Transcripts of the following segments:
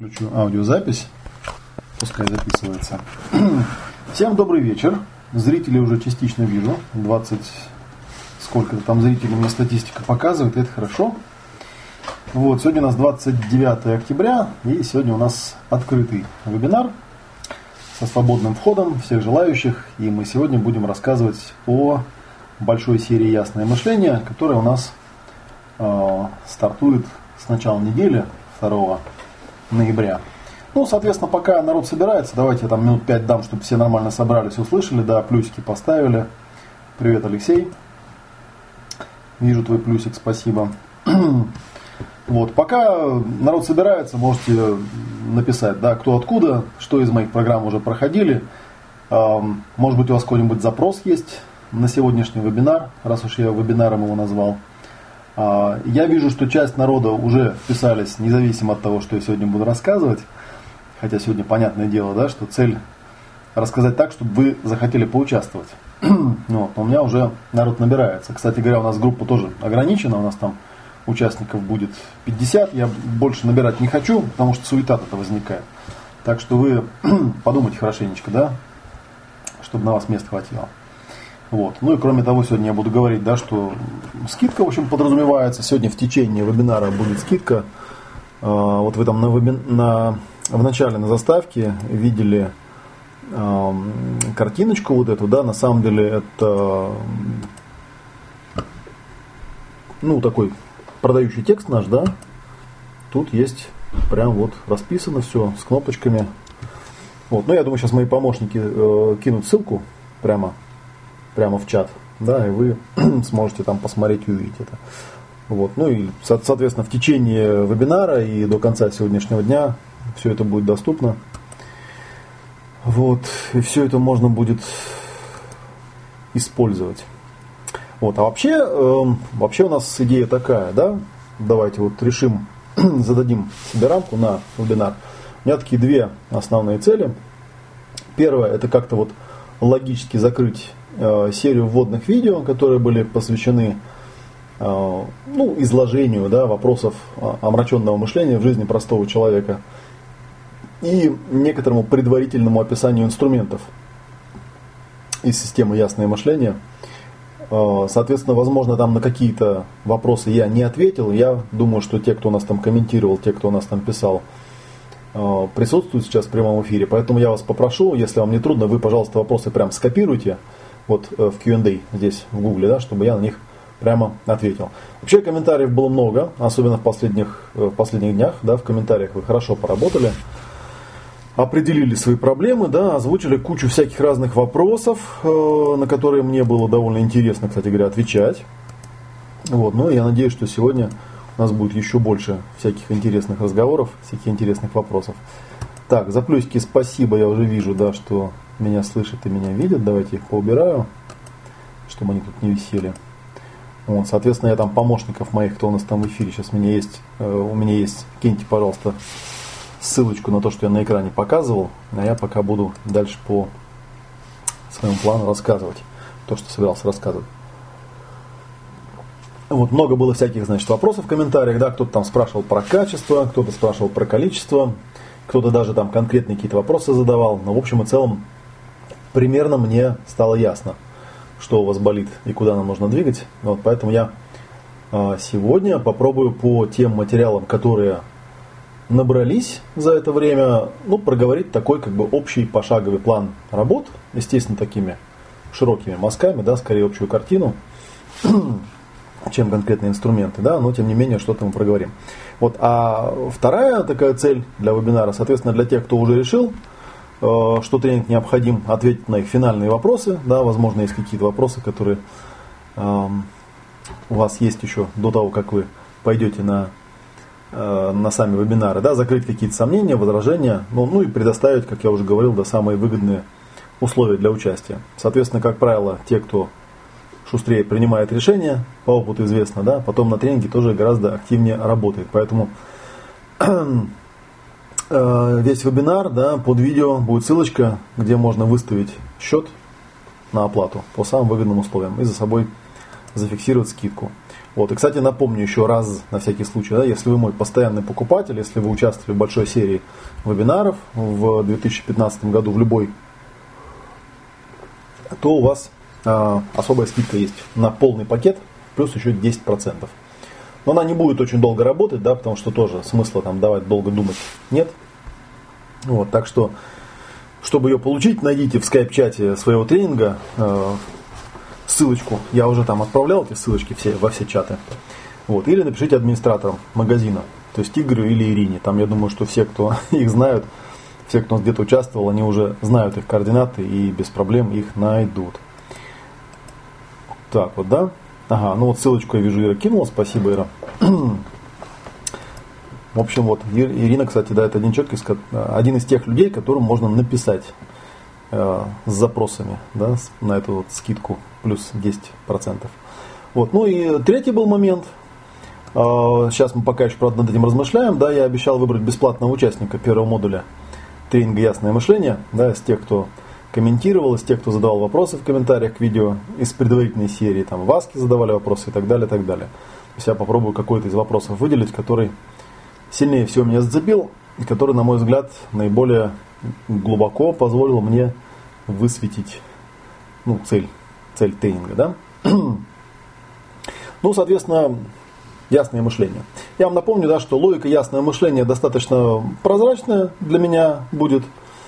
Включу аудиозапись, пускай записывается. Всем добрый вечер. Зрителей уже частично вижу. 20, сколько-то там зрителей мне статистика показывает, это хорошо. Вот, сегодня у нас 29 октября, и сегодня у нас открытый вебинар со свободным входом всех желающих. И мы сегодня будем рассказывать о большой серии «Ясное мышление», которая у нас стартует с начала недели, 2 ноября. Ну, соответственно, пока народ собирается, давайте я там минут 5 дам, чтобы все нормально собрались, услышали, да, плюсики поставили. Привет, Алексей. Вижу твой плюсик, спасибо. Вот, пока народ собирается, можете написать, да, кто откуда, что из моих программ уже проходили. Может быть, у вас какой-нибудь запрос есть на сегодняшний вебинар, раз уж я вебинаром его назвал. Я вижу, что часть народа уже вписались, независимо от того, что я сегодня буду рассказывать. Хотя сегодня понятное дело, да, что цель рассказать так, чтобы вы захотели поучаствовать. Вот, у меня уже народ набирается. Кстати говоря, у нас группа тоже ограничена, у нас там участников будет 50. Я больше набирать не хочу, потому что суета-то возникает. Так что вы подумайте хорошенечко, да, чтобы на вас места хватило. Вот. Ну и кроме того, сегодня я буду говорить, да, что скидка, в общем, подразумевается. Сегодня в течение вебинара будет скидка. Вот вы там в начале на заставке видели картиночку вот эту, да, на самом деле это такой продающий текст наш, да. Тут есть прям вот расписано все с кнопочками. Вот. Ну я думаю, сейчас мои помощники кинут ссылку прямо в чат, да, и вы сможете там посмотреть и увидеть это. Вот. Ну и, соответственно, в течение вебинара и до конца сегодняшнего дня все это будет доступно. Вот. И все это можно будет использовать. Вот. А вообще у нас идея такая, да, давайте вот решим, зададим себе рамку на вебинар. У меня такие две основные цели. Первое, это как-то вот логически закрыть серию вводных видео, которые были посвящены изложению, да, вопросов омраченного мышления в жизни простого человека и некоторому предварительному описанию инструментов из системы «Ясное мышление». Соответственно, возможно, там на какие-то вопросы я не ответил. Я думаю, что те, кто у нас там комментировал, те, кто у нас там писал, присутствуют сейчас в прямом эфире. Поэтому я вас попрошу, если вам не трудно, вы, пожалуйста, вопросы прям скопируйте вот в Q&A здесь в Гугле, да, чтобы я на них прямо ответил. Вообще комментариев было много, особенно в последних днях, да, в комментариях вы хорошо поработали, определили свои проблемы, да, озвучили кучу всяких разных вопросов, на которые мне было довольно интересно, кстати говоря, отвечать. Вот, ну и я надеюсь, что сегодня у нас будет еще больше всяких интересных разговоров, всяких интересных вопросов. Так, за плюсики спасибо, я уже вижу, да, что меня слышат и меня видят. Давайте их поубираю, чтобы они тут не висели. Вот, соответственно, я там помощников моих, кто у нас там в эфире сейчас у меня есть, киньте, пожалуйста, ссылочку на то, что я на экране показывал, а я пока буду дальше по своему плану рассказывать то, что собирался рассказывать. Вот, много было всяких, значит, вопросов в комментариях, да, кто-то там спрашивал про качество, кто-то спрашивал про количество, кто-то даже там конкретные какие-то вопросы задавал, но в общем и целом примерно мне стало ясно, что у вас болит и куда нам нужно двигать. Вот, поэтому я сегодня попробую по тем материалам, которые набрались за это время, проговорить такой как бы общий пошаговый план работ, естественно, такими широкими мазками, да, скорее общую картину, чем конкретные инструменты, да, но тем не менее что-то мы проговорим. Вот, а вторая такая цель для вебинара, соответственно, для тех, кто уже решил, что тренинг необходим, ответить на их финальные вопросы, да, возможно, есть какие-то вопросы, которые у вас есть еще до того, как вы пойдете на сами вебинары, да, закрыть какие-то сомнения, возражения, и предоставить, как я уже говорил, да, самые выгодные условия для участия. Соответственно, как правило, те, кто шустрее принимает решения, по опыту известно, да, потом на тренинге тоже гораздо активнее работает. Поэтому весь вебинар, да, под видео будет ссылочка, где можно выставить счет на оплату по самым выгодным условиям и за собой зафиксировать скидку. Вот. И, кстати, напомню еще раз, на всякий случай, да, если вы мой постоянный покупатель, если вы участвовали в большой серии вебинаров в 2015 году в любой, то у вас особая скидка есть на полный пакет, плюс еще 10%. Но она не будет очень долго работать, да, потому что тоже смысла там давать долго думать нет. Вот, так что, чтобы ее получить, найдите в скайп-чате своего тренинга ссылочку. Я уже там отправлял эти ссылочки во все чаты. Вот, или напишите администраторам магазина, то есть Игорю или Ирине. Там, я думаю, что все, кто их знают, все, кто где-то участвовал, они уже знают их координаты и без проблем их найдут. Так вот, да? Ага, ну вот ссылочку я вижу, Ира кинула. Спасибо, Ира. В общем, вот, Ирина, кстати, да, это один из тех людей, которым можно написать с запросами, да, на эту вот скидку плюс 10%. Вот. Ну и третий был момент. Сейчас мы пока еще, правда, над этим размышляем. Да, я обещал выбрать бесплатного участника первого модуля тренинга «Ясное мышление», да, из тех, кто комментировал, из тех, кто задавал вопросы в комментариях к видео, из предварительной серии, там, в Аске задавали вопросы и так далее, и так далее. То есть я попробую какой-то из вопросов выделить, который сильнее всего меня зацепил, и который, на мой взгляд, наиболее глубоко позволил мне высветить цель тренинга. Да? Ну, соответственно, ясное мышление. Я вам напомню, да, что логика ясное мышление достаточно прозрачная для меня будет.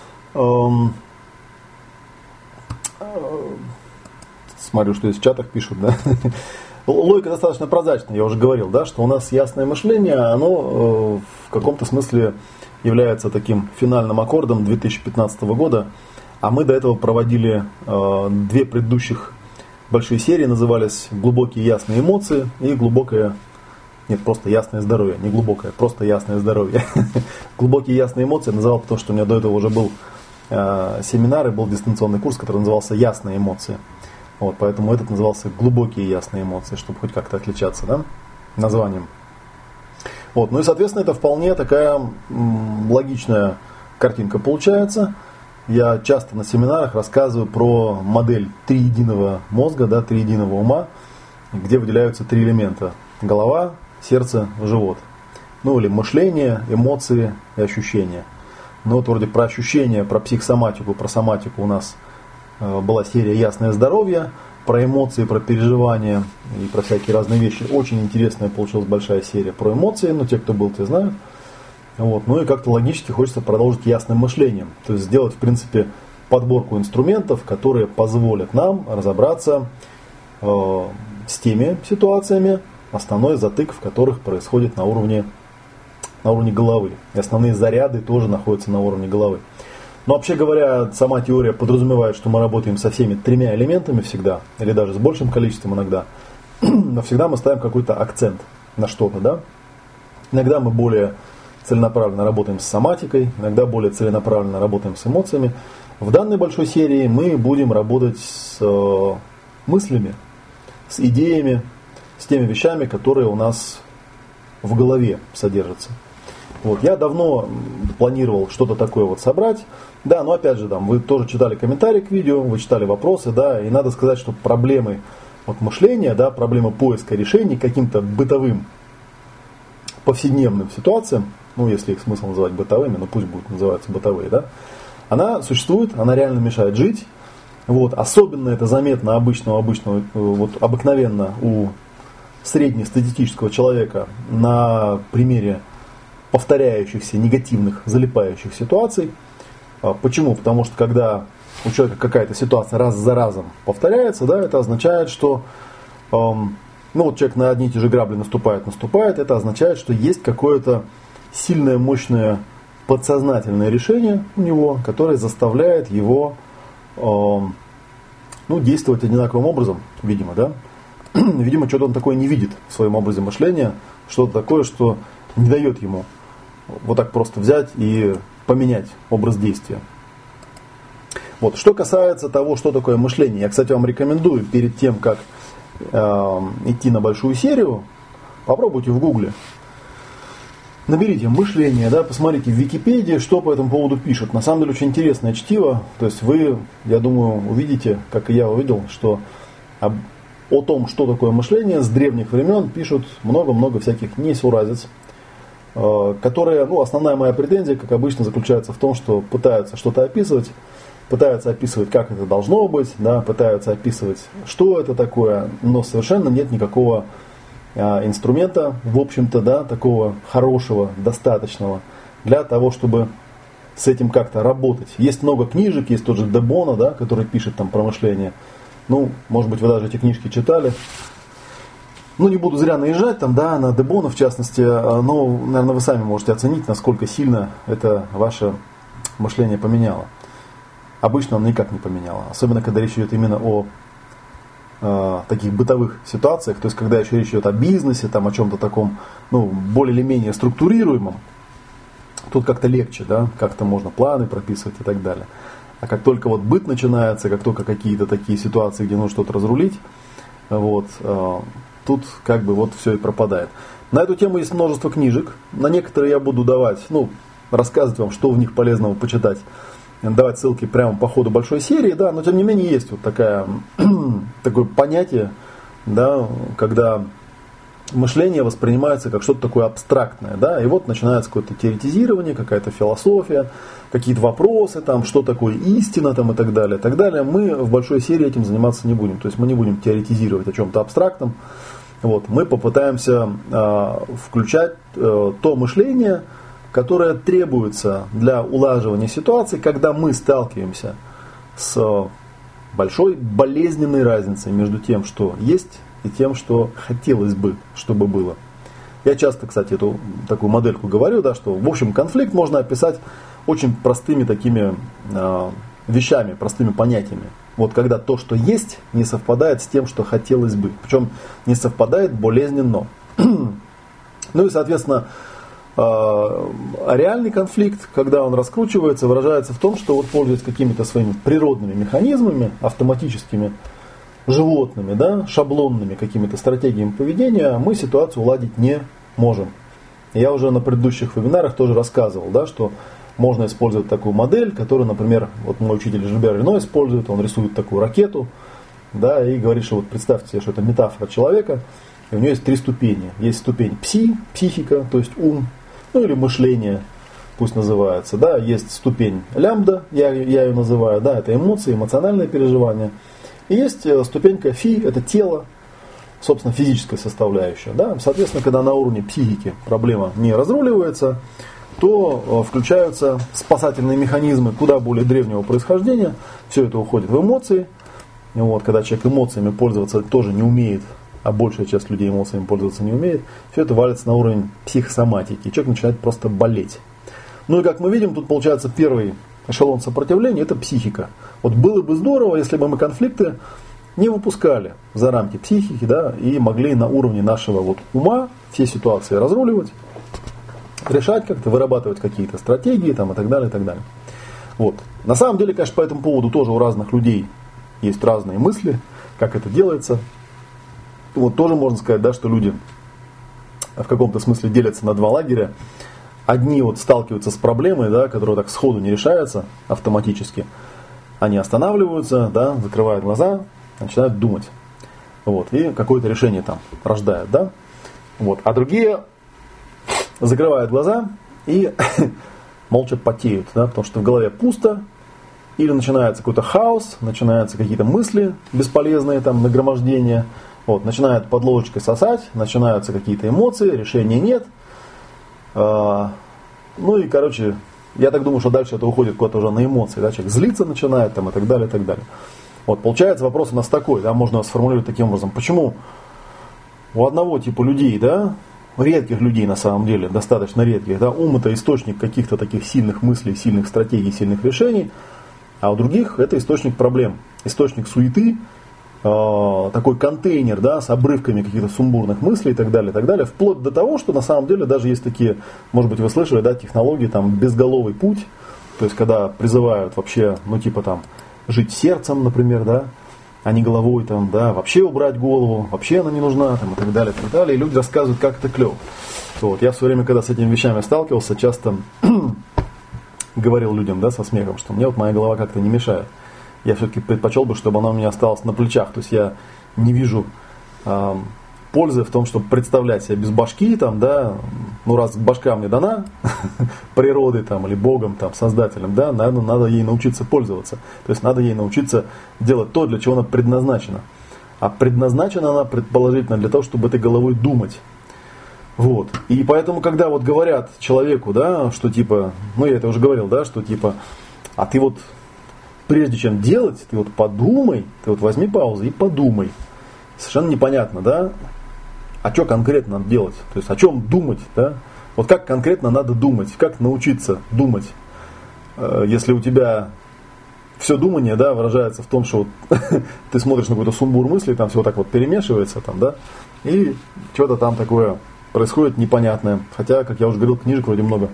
Смотрю, что из чатах пишут, да. Логика достаточно прозрачная, я уже говорил, да, что у нас ясное мышление, оно в каком-то смысле является таким финальным аккордом 2015 года, а мы до этого проводили две предыдущих большие серии, назывались «Глубокие ясные эмоции» и «Глубокое...» Нет, просто ясное здоровье, не глубокое, просто ясное здоровье. Глубокие ясные эмоции я называл, потому что у меня до этого уже был семинар и был дистанционный курс, который назывался «Ясные эмоции». Вот, поэтому этот назывался «Глубокие ясные эмоции», чтобы хоть как-то отличаться, да, названием. Вот, ну и, соответственно, это вполне такая логичная картинка получается. Я часто на семинарах рассказываю про модель триединого мозга, да, триединого ума, где выделяются три элемента: голова, сердце, живот. Ну или мышление, эмоции и ощущения. Ну вот вроде про ощущения, про психосоматику, про соматику у нас была серия «Ясное здоровье», про эмоции, про переживания и про всякие разные вещи. Очень интересная получилась большая серия про эмоции, но те, кто был, те знают. Вот. Ну и как-то логически хочется продолжить ясным мышлением. То есть сделать, в принципе, подборку инструментов, которые позволят нам разобраться с теми ситуациями, основной затык в которых происходит на уровне головы. И основные заряды тоже находятся на уровне головы. Но вообще говоря, сама теория подразумевает, что мы работаем со всеми тремя элементами всегда, или даже с большим количеством иногда, но всегда мы ставим какой-то акцент на что-то, да? Иногда мы более целенаправленно работаем с соматикой, иногда более целенаправленно работаем с эмоциями. В данной большой серии мы будем работать с мыслями, с идеями, с теми вещами, которые у нас в голове содержатся. Вот, я давно планировал что-то такое вот собрать, да, но опять же, там, вы тоже читали комментарии к видео, вы читали вопросы, да, и надо сказать, что проблемы вот, мышления, да, проблемы поиска решений каким-то бытовым, повседневным ситуациям, ну, если их смысл называть бытовыми, но пусть будут называться бытовые, да, она существует, она реально мешает жить, вот, особенно это заметно вот, обыкновенно у среднестатистического человека на примере повторяющихся, негативных, залипающих ситуаций. Почему? Потому что когда у человека какая-то ситуация раз за разом повторяется, да, это означает, что вот человек на одни и те же грабли наступает, это означает, что есть какое-то сильное, мощное подсознательное решение у него, которое заставляет его действовать одинаковым образом, видимо, да. Видимо, что-то он такое не видит в своем образе мышления, что-то такое, что не дает ему вот так просто взять и поменять образ действия. Вот. Что касается того, что такое мышление, я, кстати, вам рекомендую перед тем, как идти на большую серию, попробуйте в Гугле. Наберите мышление, да, посмотрите в Википедии, что по этому поводу пишут. На самом деле очень интересное чтиво. То есть вы, я думаю, увидите, как и я увидел, что о том, что такое мышление, с древних времен пишут много-много всяких несуразиц, которые, основная моя претензия, как обычно, заключается в том, что пытаются что-то описывать, как это должно быть, да, пытаются описывать, что это такое, но совершенно нет никакого инструмента, в общем-то, да, такого хорошего, достаточного, для того, чтобы с этим как-то работать. Есть много книжек, есть тот же Де Боно, да, который пишет там про мышление. Может быть, вы даже эти книжки читали. Не буду зря наезжать там, да, на Де Боно в частности, но, наверное, вы сами можете оценить, насколько сильно это ваше мышление поменяло. Обычно оно никак не поменяло. Особенно, когда речь идет именно о таких бытовых ситуациях, то есть, когда еще речь идет о бизнесе, там, о чем-то таком, более или менее структурируемом, тут как-то легче, да, как-то можно планы прописывать и так далее. А как только быт начинается, как только какие-то такие ситуации, где нужно что-то разрулить, тут все и пропадает. На эту тему есть множество книжек. На некоторые я буду давать, рассказывать вам, что в них полезного почитать. Давать ссылки прямо по ходу большой серии, да, но тем не менее есть такое понятие, да, когда мышление воспринимается как что-то такое абстрактное, да, и начинается какое-то теоретизирование, какая-то философия, какие-то вопросы, там, что такое истина, там, и так далее, и так далее. Мы в большой серии этим заниматься не будем, то есть мы не будем теоретизировать о чем-то абстрактном, мы попытаемся включать то мышление, которое требуется для улаживания ситуации, когда мы сталкиваемся с большой болезненной разницей между тем, что есть, и тем, что хотелось бы, чтобы было. Я часто, кстати, эту такую модельку говорю, да, что, в общем, конфликт можно описать очень простыми такими вещами, простыми понятиями. Когда то, что есть, не совпадает с тем, что хотелось бы. Причем не совпадает болезненно. И, соответственно, реальный конфликт, когда он раскручивается, выражается в том, что пользуясь какими-то своими природными механизмами, автоматическими, животными, да, шаблонными какими-то стратегиями поведения, мы ситуацию уладить не можем. Я уже на предыдущих вебинарах тоже рассказывал, да, что можно использовать такую модель, которую, например, мой учитель Жильбер Рено использует, он рисует такую ракету, да, и говорит, что представьте себе, что это метафора человека, и у нее есть 3 ступени. Есть ступень психика, то есть ум, или мышление, пусть называется, да, есть ступень лямбда, я ее называю, да, это эмоции, эмоциональные переживания. И есть ступенька фи, это тело, собственно, физическая составляющая. Да? Соответственно, когда на уровне психики проблема не разруливается, то включаются спасательные механизмы куда более древнего происхождения. Все это уходит в эмоции. Когда человек эмоциями пользоваться тоже не умеет, а большая часть людей эмоциями пользоваться не умеет, все это валится на уровень психосоматики. И человек начинает просто болеть. И как мы видим, тут получается первый эшелон сопротивления – это психика. Было бы здорово, если бы мы конфликты не выпускали за рамки психики, да, и могли на уровне нашего ума все ситуации разруливать, решать как-то, вырабатывать какие-то стратегии там, и так далее, и так далее. На самом деле, конечно, по этому поводу тоже у разных людей есть разные мысли, как это делается. Тоже можно сказать, да, что люди в каком-то смысле делятся на 2 лагеря. Одни сталкиваются с проблемой, да, которая так сходу не решается автоматически. Они останавливаются, да, закрывают глаза, начинают думать. И какое-то решение там рождают. Да? А другие закрывают глаза и молча потеют, да, потому что в голове пусто, или начинается какой-то хаос, начинаются какие-то мысли бесполезные, там, нагромождения, начинают под ложечкой сосать, начинаются какие-то эмоции, решения нет. Я так думаю, что дальше это уходит куда-то уже на эмоции, да, человек злиться начинает там, и так далее, и так далее. Получается вопрос у нас такой, да, можно сформулировать таким образом, почему у одного типа людей, да, редких людей на самом деле, достаточно редких, да, ум это источник каких-то таких сильных мыслей, сильных стратегий, сильных решений, а у других это источник проблем, источник суеты, такой контейнер, да, с обрывками каких-то сумбурных мыслей и так далее, вплоть до того, что на самом деле даже есть такие, может быть, вы слышали, да, технологии, там, безголовый путь, то есть, когда призывают вообще, жить сердцем, например, да, а не головой, там, да, вообще убрать голову, вообще она не нужна, там, и так далее, и люди рассказывают, как это клево. Я в свое время, когда с этими вещами сталкивался, часто говорил людям, да, со смехом, что мне моя голова как-то не мешает. Я все-таки предпочел бы, чтобы она у меня осталась на плечах. То есть я не вижу пользы в том, чтобы представлять себя без башки, там, да, ну раз башка мне дана природой там, или Богом, там, Создателем, да, наверное, надо ей научиться пользоваться. То есть надо ей научиться делать то, для чего она предназначена. А предназначена она предположительно для того, чтобы этой головой думать. Вот. И поэтому, когда вот говорят человеку, да, что типа, ну я это уже говорил, да, что типа, а ты вот прежде чем делать, ты вот подумай, ты вот возьми паузу и подумай. Совершенно непонятно, да, а что конкретно надо делать, то есть о чем думать, да, вот как конкретно надо думать, как научиться думать, если у тебя все думание, да, выражается в том, что вот ты смотришь на какой-то сумбур мыслей, там все вот так вот перемешивается, там, да, и что-то там такое происходит непонятное, хотя, как я уже говорил, книжек вроде много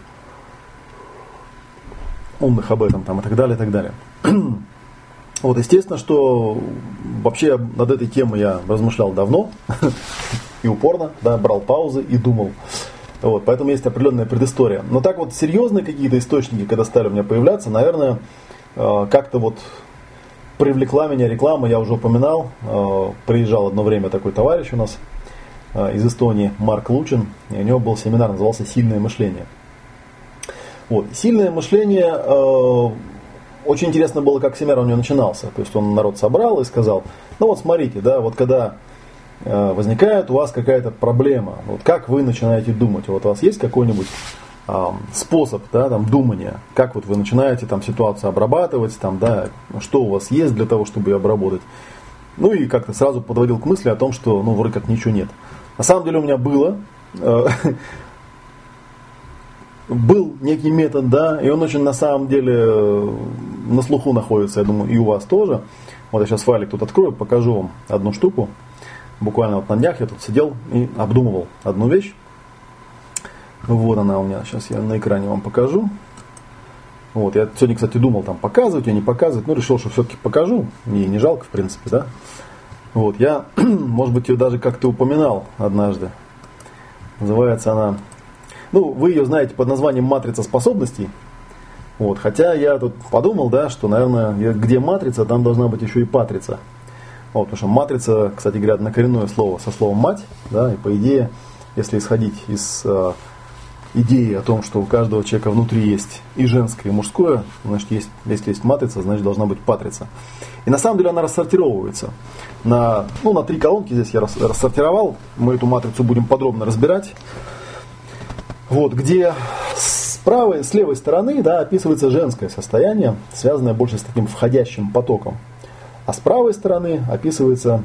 умных об этом, там, и так далее, и так далее. Вот, естественно, что вообще над этой темой я размышлял давно и упорно, да, брал паузы и думал. Вот, поэтому есть определенная предыстория. Но так вот серьезные какие-то источники, когда стали у меня появляться, наверное, как-то вот привлекла меня реклама, я уже упоминал. Приезжал одно время такой товарищ у нас из Эстонии, Марк Лучин, и у него был семинар, назывался «Сильное мышление». Вот, сильное мышление... Очень интересно было, как семинар у него начинался. То есть он народ собрал и сказал, ну вот смотрите, да, вот когда возникает у вас какая-то проблема, вот как вы начинаете думать, вот у вас есть какой-нибудь способ, да, там, думания, как вот вы начинаете там ситуацию обрабатывать, там, да, что у вас есть для того, чтобы ее обработать. Ну и как-то сразу подводил к мысли о том, что ну вроде как ничего нет. На самом деле у меня был некий метод, да, и он очень на самом деле на слуху находится, я думаю, и у вас тоже. Вот я сейчас файлик тут открою, покажу вам одну штуку. Буквально вот на днях я тут сидел и обдумывал одну вещь. Вот она у меня, сейчас я на экране вам покажу. Вот, я сегодня, кстати, думал там показывать ее, не показывать, но решил, что все-таки покажу. Мне не жалко, в принципе, да. Вот, я, может быть, ее даже как-то упоминал однажды. Называется она... Ну, вы ее знаете под названием «Матрица способностей». Вот, хотя я тут подумал, да, что, наверное, где матрица, там должна быть еще и патрица. Вот, потому что матрица, кстати говоря, однокоренное слово со словом «мать». Да, и по идее, если исходить из идеи о том, что у каждого человека внутри есть и женское, и мужское, значит, если есть матрица, значит, должна быть патрица. И на самом деле она рассортировывается. На 3 колонки здесь я рассортировал. Мы эту матрицу будем подробно разбирать. Вот, где с левой стороны, да, описывается женское состояние, связанное больше с таким входящим потоком. А с правой стороны описывается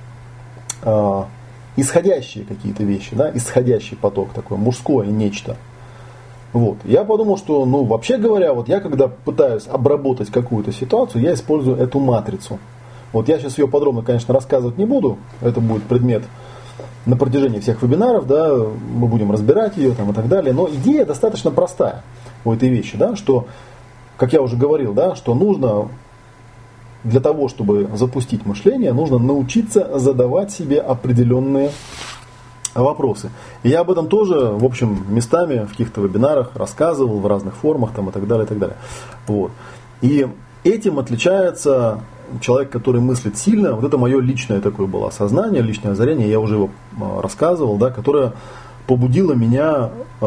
исходящие какие-то вещи, да, исходящий поток, такое мужское нечто. Вот. Я подумал, что, ну, вообще говоря, вот я когда пытаюсь обработать какую-то ситуацию, я использую эту матрицу. Вот я сейчас ее подробно, конечно, рассказывать не буду, это будет предмет на протяжении всех вебинаров, да, мы будем разбирать ее там, и так далее, но идея достаточно простая у этой вещи, да, что, как я уже говорил, да, что нужно для того, чтобы запустить мышление, нужно научиться задавать себе определенные вопросы. И я об этом тоже, в общем, местами в каких-то вебинарах рассказывал в разных формах там, и так далее, и так далее. Вот. И этим отличается человек, который мыслит сильно. Вот это мое личное такое было осознание, личное озарение, я уже его рассказывал, да, которое побудило меня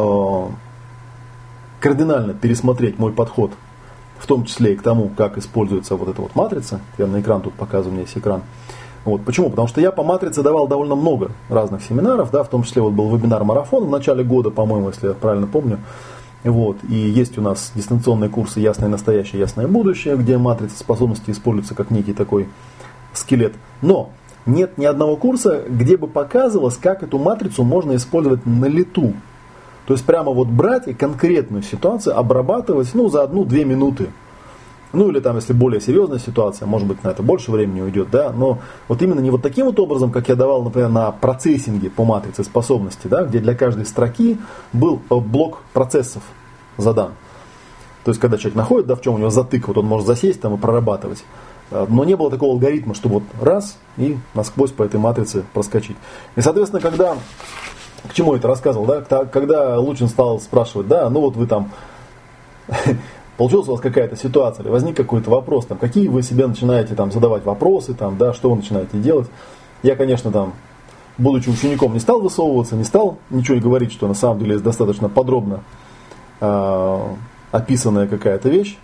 кардинально пересмотреть мой подход, в том числе и к тому, как используется вот эта вот матрица. Я на экран тут показываю, у меня есть экран. Вот. Почему? Потому что я по матрице давал довольно много разных семинаров, да, в том числе вот был вебинар-марафон в начале года, по-моему, если я правильно помню. Вот. И есть у нас дистанционные курсы «Ясное настоящее, ясное будущее», где матрица способностей используется как некий такой скелет. Но нет ни одного курса, где бы показывалось, как эту матрицу можно использовать на лету. То есть прямо вот брать и конкретную ситуацию обрабатывать, ну, за 1-2 минуты. Ну, или там, если более серьезная ситуация, может быть, на это больше времени уйдет, да, но вот именно не вот таким вот образом, как я давал, например, на процессинге по матрице способностей, да, где для каждой строки был блок процессов задан. То есть, когда человек находит, да, в чем у него затык, вот он может засесть там и прорабатывать. Но не было такого алгоритма, чтобы вот раз и насквозь по этой матрице проскочить. И, соответственно, когда, к чему я это рассказывал, да, когда Лучин стал спрашивать, да, ну вот вы там... Получилась у вас какая-то ситуация, или возник какой-то вопрос, там, какие вы себе начинаете там, задавать вопросы, там, да, что вы начинаете делать. Я, конечно, там будучи учеником, не стал высовываться, не стал ничего говорить, что на самом деле есть достаточно подробно описанная какая-то вещь,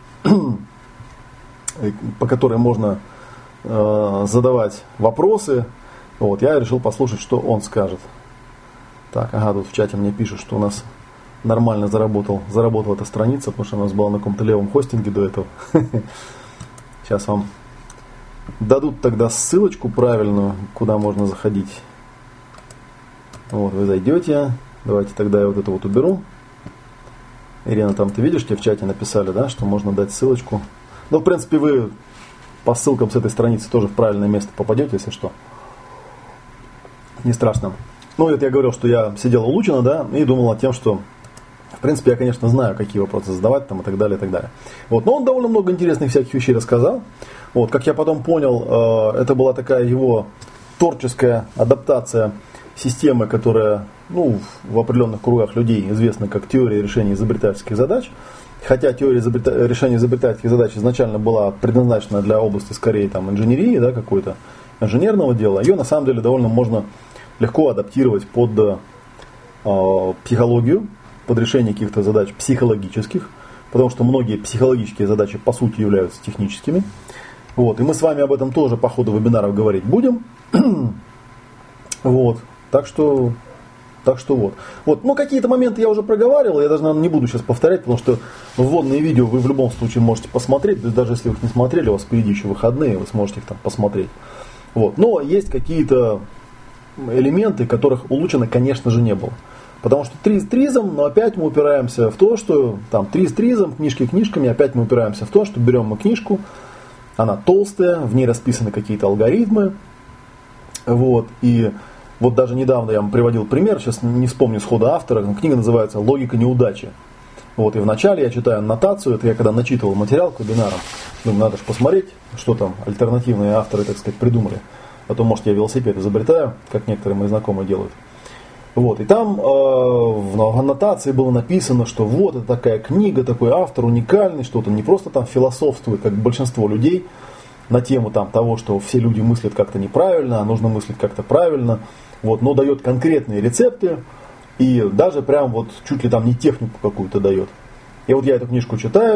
по которой можно задавать вопросы. Вот, я решил послушать, что он скажет. Так, ага, тут в чате мне пишут, что у нас нормально заработала эта страница, потому что у нас была на каком-то левом хостинге до этого. Сейчас вам дадут тогда ссылочку правильную, куда можно заходить. Вот, вы зайдете. Давайте тогда я вот это вот уберу. Ирина, там ты видишь, тебе в чате написали, да, что можно дать ссылочку. Ну, в принципе, вы по ссылкам с этой страницы тоже в правильное место попадете, если что. Не страшно. Ну, это я говорил, что я сидел у Лучина, да, и думал о том, что, в принципе, я, конечно, знаю, какие вопросы задавать там и так далее, и так далее. Вот, но он довольно много интересных всяких вещей рассказал. Вот, как я потом понял, это была такая его творческая адаптация системы, которая, ну, в определенных кругах людей известна как теория решения изобретательских задач. Хотя теория решения изобретательских задач изначально была предназначена для области скорее там, инженерии, да, какой-то инженерного дела, ее на самом деле довольно можно легко адаптировать под психологию, под решение каких-то задач психологических, потому что многие психологические задачи по сути являются техническими. Вот, и мы с вами об этом тоже по ходу вебинаров говорить будем. Вот, так что вот. Вот. Ну, какие-то моменты я уже проговаривал, я даже, наверное, не буду сейчас повторять, потому что вводные видео вы в любом случае можете посмотреть, то есть даже если вы их не смотрели, у вас впереди еще выходные, вы сможете их там посмотреть. Вот. Но есть какие-то элементы, которых у Лучина, конечно же, не было. Потому что три с тризом, но опять мы упираемся в то, что там три с тризом, книжки книжками, опять мы упираемся в то, что берем мы книжку, она толстая, в ней расписаны какие-то алгоритмы, вот, и вот даже недавно я вам приводил пример, сейчас не вспомню сходу автора, книга называется «Логика неудачи». Вот, и вначале я читаю аннотацию, это я когда начитывал материал к вебинарам, думаю, надо же посмотреть, что там альтернативные авторы, так сказать, придумали. А то, может, я велосипед изобретаю, как некоторые мои знакомые делают. Вот, и там в аннотации было написано, что вот это такая книга, такой автор уникальный, что он не просто там философствует, как большинство людей, на тему там, того, что все люди мыслят как-то неправильно, а нужно мыслить как-то правильно, вот, но дает конкретные рецепты и даже прям вот чуть ли там не технику какую-то дает. И вот я эту книжку читаю,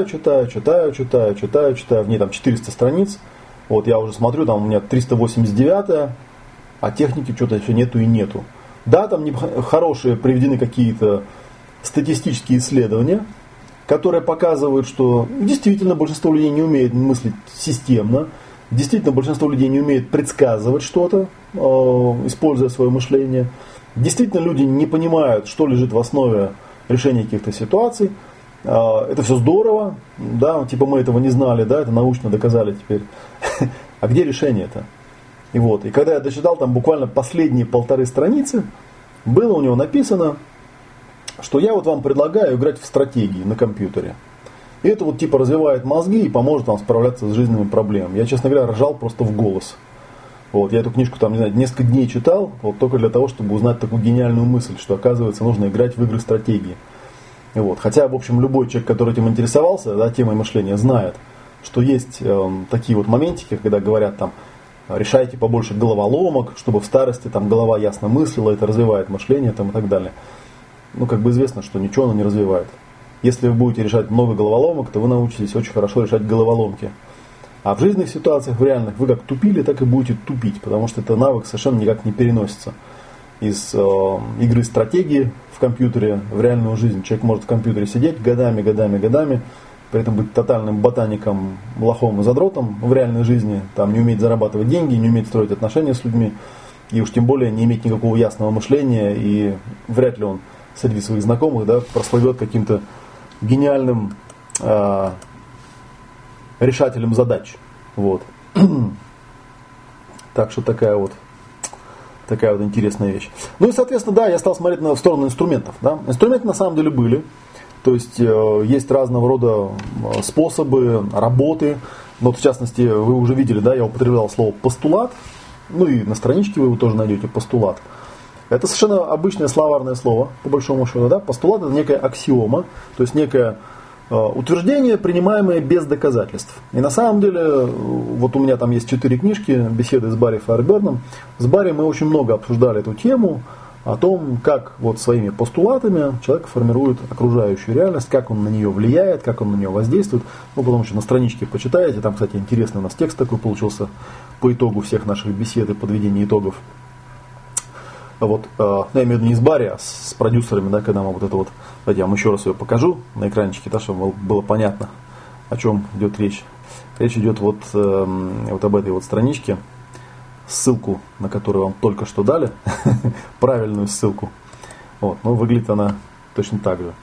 в ней там 400 страниц, вот я уже смотрю, там у меня 389, а техники что-то все нету и нету. Да, там хорошие приведены какие-то статистические исследования, которые показывают, что действительно большинство людей не умеет мыслить системно, действительно большинство людей не умеет предсказывать что-то, используя свое мышление. Действительно люди не понимают, что лежит в основе решения каких-то ситуаций. Это все здорово, да, типа мы этого не знали, да, это научно доказали теперь. А где решение-то? И вот, и когда я дочитал там буквально последние 1,5 страницы, было у него написано, что я вот вам предлагаю играть в стратегии на компьютере. И это вот типа развивает мозги и поможет вам справляться с жизненными проблемами. Я, честно говоря, ржал просто в голос. Вот, я эту книжку там, не знаю, несколько дней читал, вот только для того, чтобы узнать такую гениальную мысль, что оказывается нужно играть в игры стратегии. Вот. Хотя, в общем, любой человек, который этим интересовался, да, темой мышления, знает, что есть такие вот моментики, когда говорят там, решайте побольше головоломок, чтобы в старости там голова ясно мыслила, это развивает мышление там, и так далее. Ну, как бы известно, что ничего оно не развивает. Если вы будете решать много головоломок, то вы научитесь очень хорошо решать головоломки. А в жизненных ситуациях, в реальных, вы как тупили, так и будете тупить, потому что это навык совершенно никак не переносится из игры стратегии в компьютере в реальную жизнь. Человек может в компьютере сидеть годами, при этом быть тотальным ботаником, лохом и задротом в реальной жизни, там не уметь зарабатывать деньги, не уметь строить отношения с людьми, и уж тем более не иметь никакого ясного мышления, и вряд ли он среди своих знакомых, да, прослывет каким-то гениальным решателем задач. Вот. Так что такая вот интересная вещь. Ну и, соответственно, да, я стал смотреть в сторону инструментов. Да. Инструменты на самом деле были. То есть есть разного рода способы работы. Но вот, в частности, вы уже видели, да, я употреблял слово постулат. Ну и на страничке вы его тоже найдете, постулат. Это совершенно обычное словарное слово, по большому счету. Да? Постулат – это некая аксиома, то есть некое Утверждения, принимаемые без доказательств. И на самом деле, вот у меня там есть 4 книжки, беседы с Барри Файерберном. С Барри мы очень много обсуждали эту тему, о том, как вот своими постулатами человек формирует окружающую реальность, как он на нее влияет, как он на нее воздействует. Ну, потом еще на страничке почитаете, там, кстати, интересный у нас текст такой получился по итогу всех наших бесед и подведения итогов. Вот, я имею в виду не с Барри, а с продюсерами, да, когда мы вот это вот, давайте я вам еще раз ее покажу на экранчике, да, чтобы было понятно, о чем идет речь. Речь идет вот об этой вот страничке, ссылку, на которую вам только что дали, правильную ссылку. Вот, но выглядит она точно так же.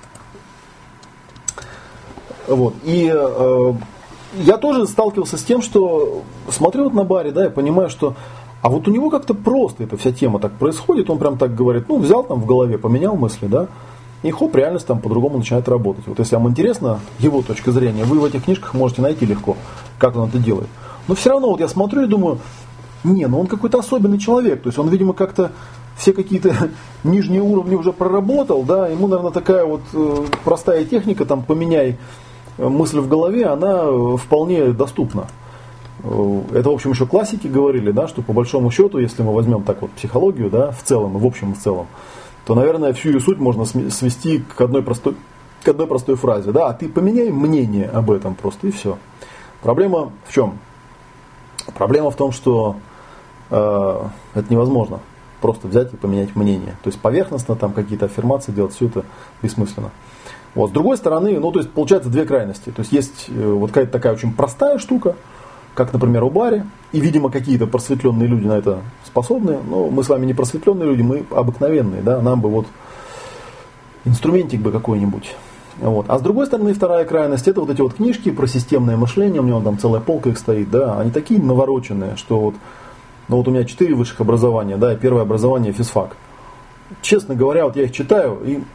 Вот, и я тоже сталкивался с тем, что смотрю вот на Барри, да, и понимаю, что а вот у него как-то просто эта вся тема так происходит, он прям так говорит, ну, взял там в голове, поменял мысли, да, и хоп, реальность там по-другому начинает работать. Вот если вам интересна его точка зрения, вы в этих книжках можете найти легко, как он это делает. Но все равно вот я смотрю и думаю, не, ну он какой-то особенный человек, то есть он, видимо, как-то все какие-то нижние уровни уже проработал, да, ему, наверное, такая вот простая техника, там, поменяй мысль в голове, она вполне доступна. Это, в общем, еще классики говорили, да, что по большому счету, если мы возьмем так вот психологию, да, в целом, в общем и в целом, то, наверное, всю ее суть можно свести к одной простой фразе, да, а ты поменяй мнение об этом просто, и все. Проблема в чем? Проблема в том, что это невозможно просто взять и поменять мнение. То есть поверхностно там какие-то аффирмации делать, все это бессмысленно. Вот. С другой стороны, ну, то есть получается две крайности. То есть есть вот какая-то такая очень простая штука, как, например, у Барри, и, видимо, какие-то просветленные люди на это способны, но мы с вами не просветленные люди, мы обыкновенные, да, нам бы вот инструментик бы какой-нибудь. Вот. А с другой стороны, вторая крайность, это вот эти вот книжки про системное мышление, у меня там целая полка их стоит, да, они такие навороченные, что вот, ну вот у меня 4 высших образования, да, и первое образование физфак. Честно говоря, вот я их читаю и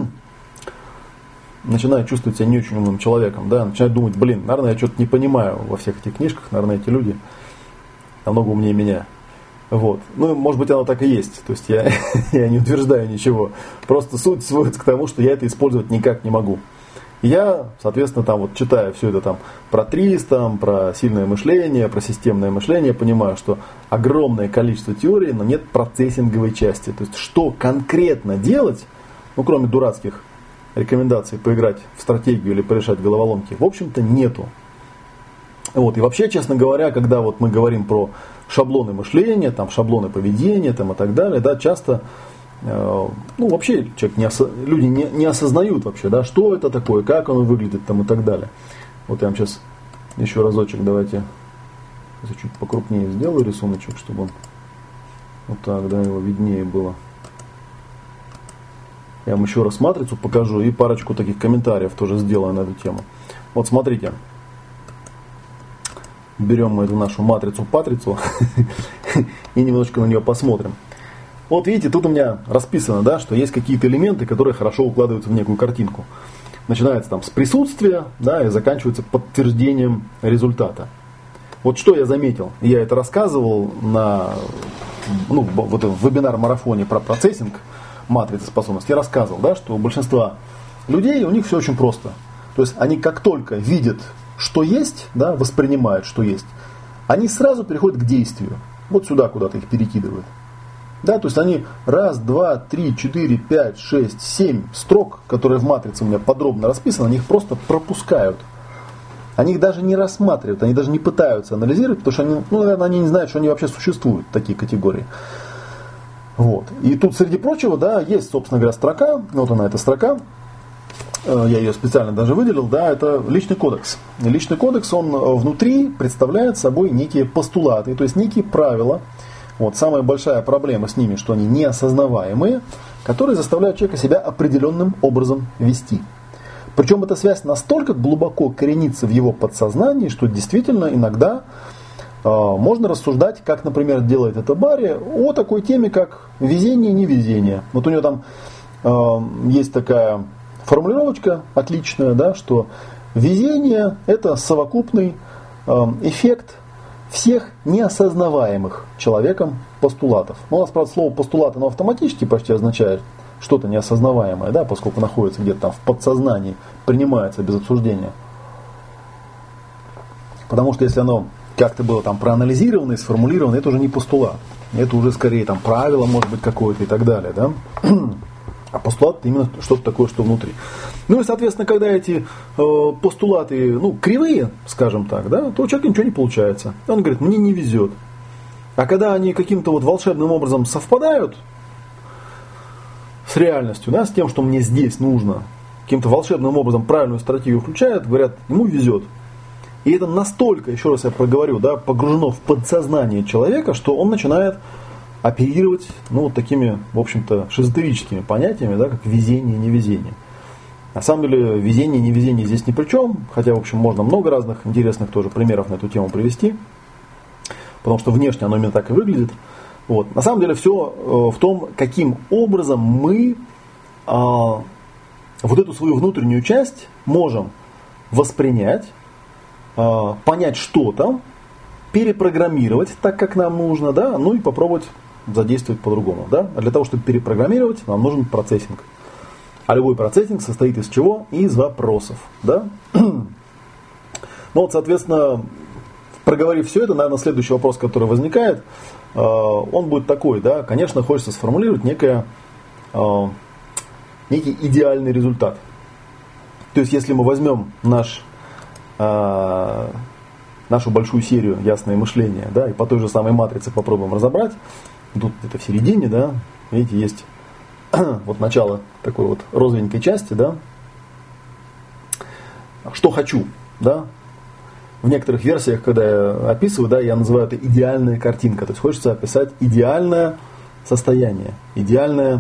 начинаю чувствовать себя не очень умным человеком, да, начинаю думать, блин, наверное, я что-то не понимаю во всех этих книжках, наверное, эти люди намного умнее меня. Вот. Ну, может быть, оно так и есть. То есть я не утверждаю ничего. Просто суть сводится к тому, что я это использовать никак не могу. И я, соответственно, там вот читая все это там про ТРИС, там, про сильное мышление, про системное мышление, понимаю, что огромное количество теорий, но нет процессинговой части. То есть, что конкретно делать, ну, кроме дурацких рекомендаций поиграть в стратегию или порешать головоломки, в общем-то, нету. Вот. И вообще, честно говоря, когда вот мы говорим про шаблоны мышления, там, шаблоны поведения там, и так далее, да, часто ну, вообще люди не осознают вообще, да, что это такое, как оно выглядит там, и так далее. Вот я вам сейчас еще разочек давайте чуть покрупнее сделаю рисуночек, чтобы он вот так, да, его виднее было. Я вам еще раз матрицу покажу и парочку таких комментариев тоже сделаю на эту тему. Вот смотрите. Берем мы эту нашу матрицу-патрицу и немножко на нее посмотрим. Вот видите, тут у меня расписано, да, что есть какие-то элементы, которые хорошо укладываются в некую картинку. Начинается там с присутствия, да, и заканчивается подтверждением результата. Вот что я заметил. Я это рассказывал на вот в вебинар-марафоне про процессинг матрицы способностей. Я рассказывал, да, что у большинства людей у них все очень просто. То есть они как только видят, что есть, да, воспринимают, что есть, они сразу переходят к действию. Вот сюда куда-то их перекидывают. Да, то есть они 1, 2, 3, 4, 5, 6, 7 строк, которые в матрице у меня подробно расписаны, они их просто пропускают. Они их даже не рассматривают, они даже не пытаются анализировать, потому что они, наверное, они не знают, что они вообще существуют, такие категории. Вот. И тут, среди прочего, да, есть, собственно говоря, строка, вот она, эта строка, я ее специально даже выделил, да, это личный кодекс. Личный кодекс, он внутри представляет собой некие постулаты, то есть некие правила. Вот, самая большая проблема с ними, что они неосознаваемые, которые заставляют человека себя определенным образом вести. Причем эта связь настолько глубоко коренится в его подсознании, что действительно иногда можно рассуждать, как, например, делает это Барри, о такой теме, как везение и невезение. Вот у него там есть такая формулировочка отличная, да, что везение – это совокупный эффект всех неосознаваемых человеком постулатов. Ну, у нас, правда, слово постулат, оно автоматически почти означает, что-то неосознаваемое, да, поскольку находится где-то там в подсознании, принимается без обсуждения. Потому что если оно как-то было там проанализировано и сформулировано, это уже не постулат. Это уже скорее там правило, может быть, какое-то и так далее, да. А постулат это именно что-то такое, что внутри. Ну и, соответственно, когда эти постулаты, кривые, скажем так, да, то у человека ничего не получается. Он говорит, мне не везет. А когда они каким-то вот волшебным образом совпадают с реальностью, да, с тем, что мне здесь нужно, каким-то волшебным образом правильную стратегию включают, говорят, ему везет. И это настолько, еще раз я проговорю, да, погружено в подсознание человека, что он начинает оперировать вот такими, в общем-то, шизотерическими понятиями, да, как везение и невезение. На самом деле везение и невезение здесь ни при чем, хотя, в общем, можно много разных интересных тоже примеров на эту тему привести, потому что внешне оно именно так и выглядит. Вот. На самом деле все в том, каким образом мы вот эту свою внутреннюю часть можем воспринять, понять, что там, перепрограммировать так, как нам нужно, да, ну и попробовать задействовать по-другому. Да? А для того, чтобы перепрограммировать, нам нужен процессинг. А любой процессинг состоит из чего? Из вопросов. Да? Ну вот, соответственно, проговорив все это, наверное, следующий вопрос, который возникает, он будет такой, да, конечно, хочется сформулировать некий идеальный результат. То есть, если мы возьмем нашу большую серию «Ясное мышление», да, и по той же самой матрице попробуем разобрать, тут это в середине, да, видите, есть вот начало такой вот розовенькой части, да, что хочу, да, в некоторых версиях, когда я описываю, да, я называю это идеальная картинка, то есть хочется описать идеальное состояние, идеальный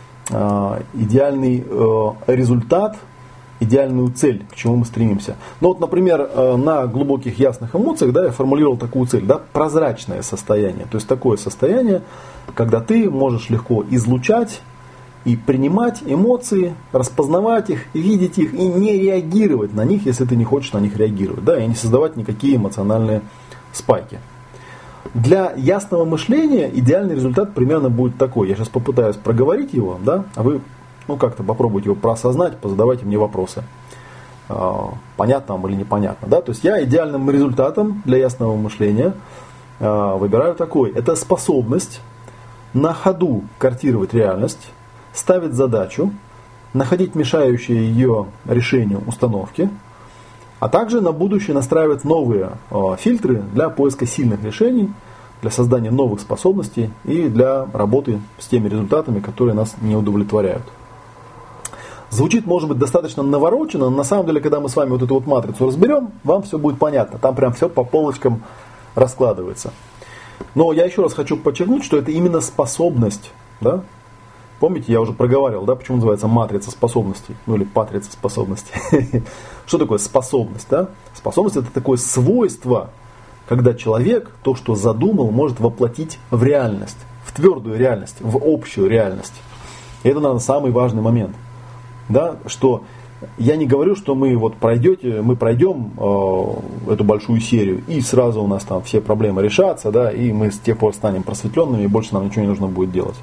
результат, идеальную цель, к чему мы стремимся. Ну вот, например, на глубоких ясных эмоциях, да, я формулировал такую цель, да, прозрачное состояние. То есть такое состояние, когда ты можешь легко излучать и принимать эмоции, распознавать их, видеть их и не реагировать на них, если ты не хочешь на них реагировать, да, и не создавать никакие эмоциональные спайки. Для ясного мышления идеальный результат примерно будет такой. Я сейчас попытаюсь проговорить его, да, а вы как-то попробуйте его проосознать, позадавайте мне вопросы. Понятно вам или непонятно. Да? То есть я идеальным результатом для ясного мышления выбираю такой. Это способность на ходу картировать реальность, ставить задачу, находить мешающие ее решению установки, а также на будущее настраивать новые фильтры для поиска сильных решений, для создания новых способностей и для работы с теми результатами, которые нас не удовлетворяют. Звучит, может быть, достаточно навороченно, но на самом деле, когда мы с вами вот эту вот матрицу разберем, вам все будет понятно. Там прям все по полочкам раскладывается. Но я еще раз хочу подчеркнуть, что это именно способность. Да? Помните, я уже проговаривал, да, почему называется матрица способностей, или патрица способностей. Что такое способность? Да? Способность – это такое свойство, когда человек то, что задумал, может воплотить в реальность, в твердую реальность, в общую реальность. И это, наверное, самый важный момент. Да, что я не говорю, что мы пройдем эту большую серию, и сразу у нас там все проблемы решатся, да, и мы с тех пор станем просветленными, и больше нам ничего не нужно будет делать.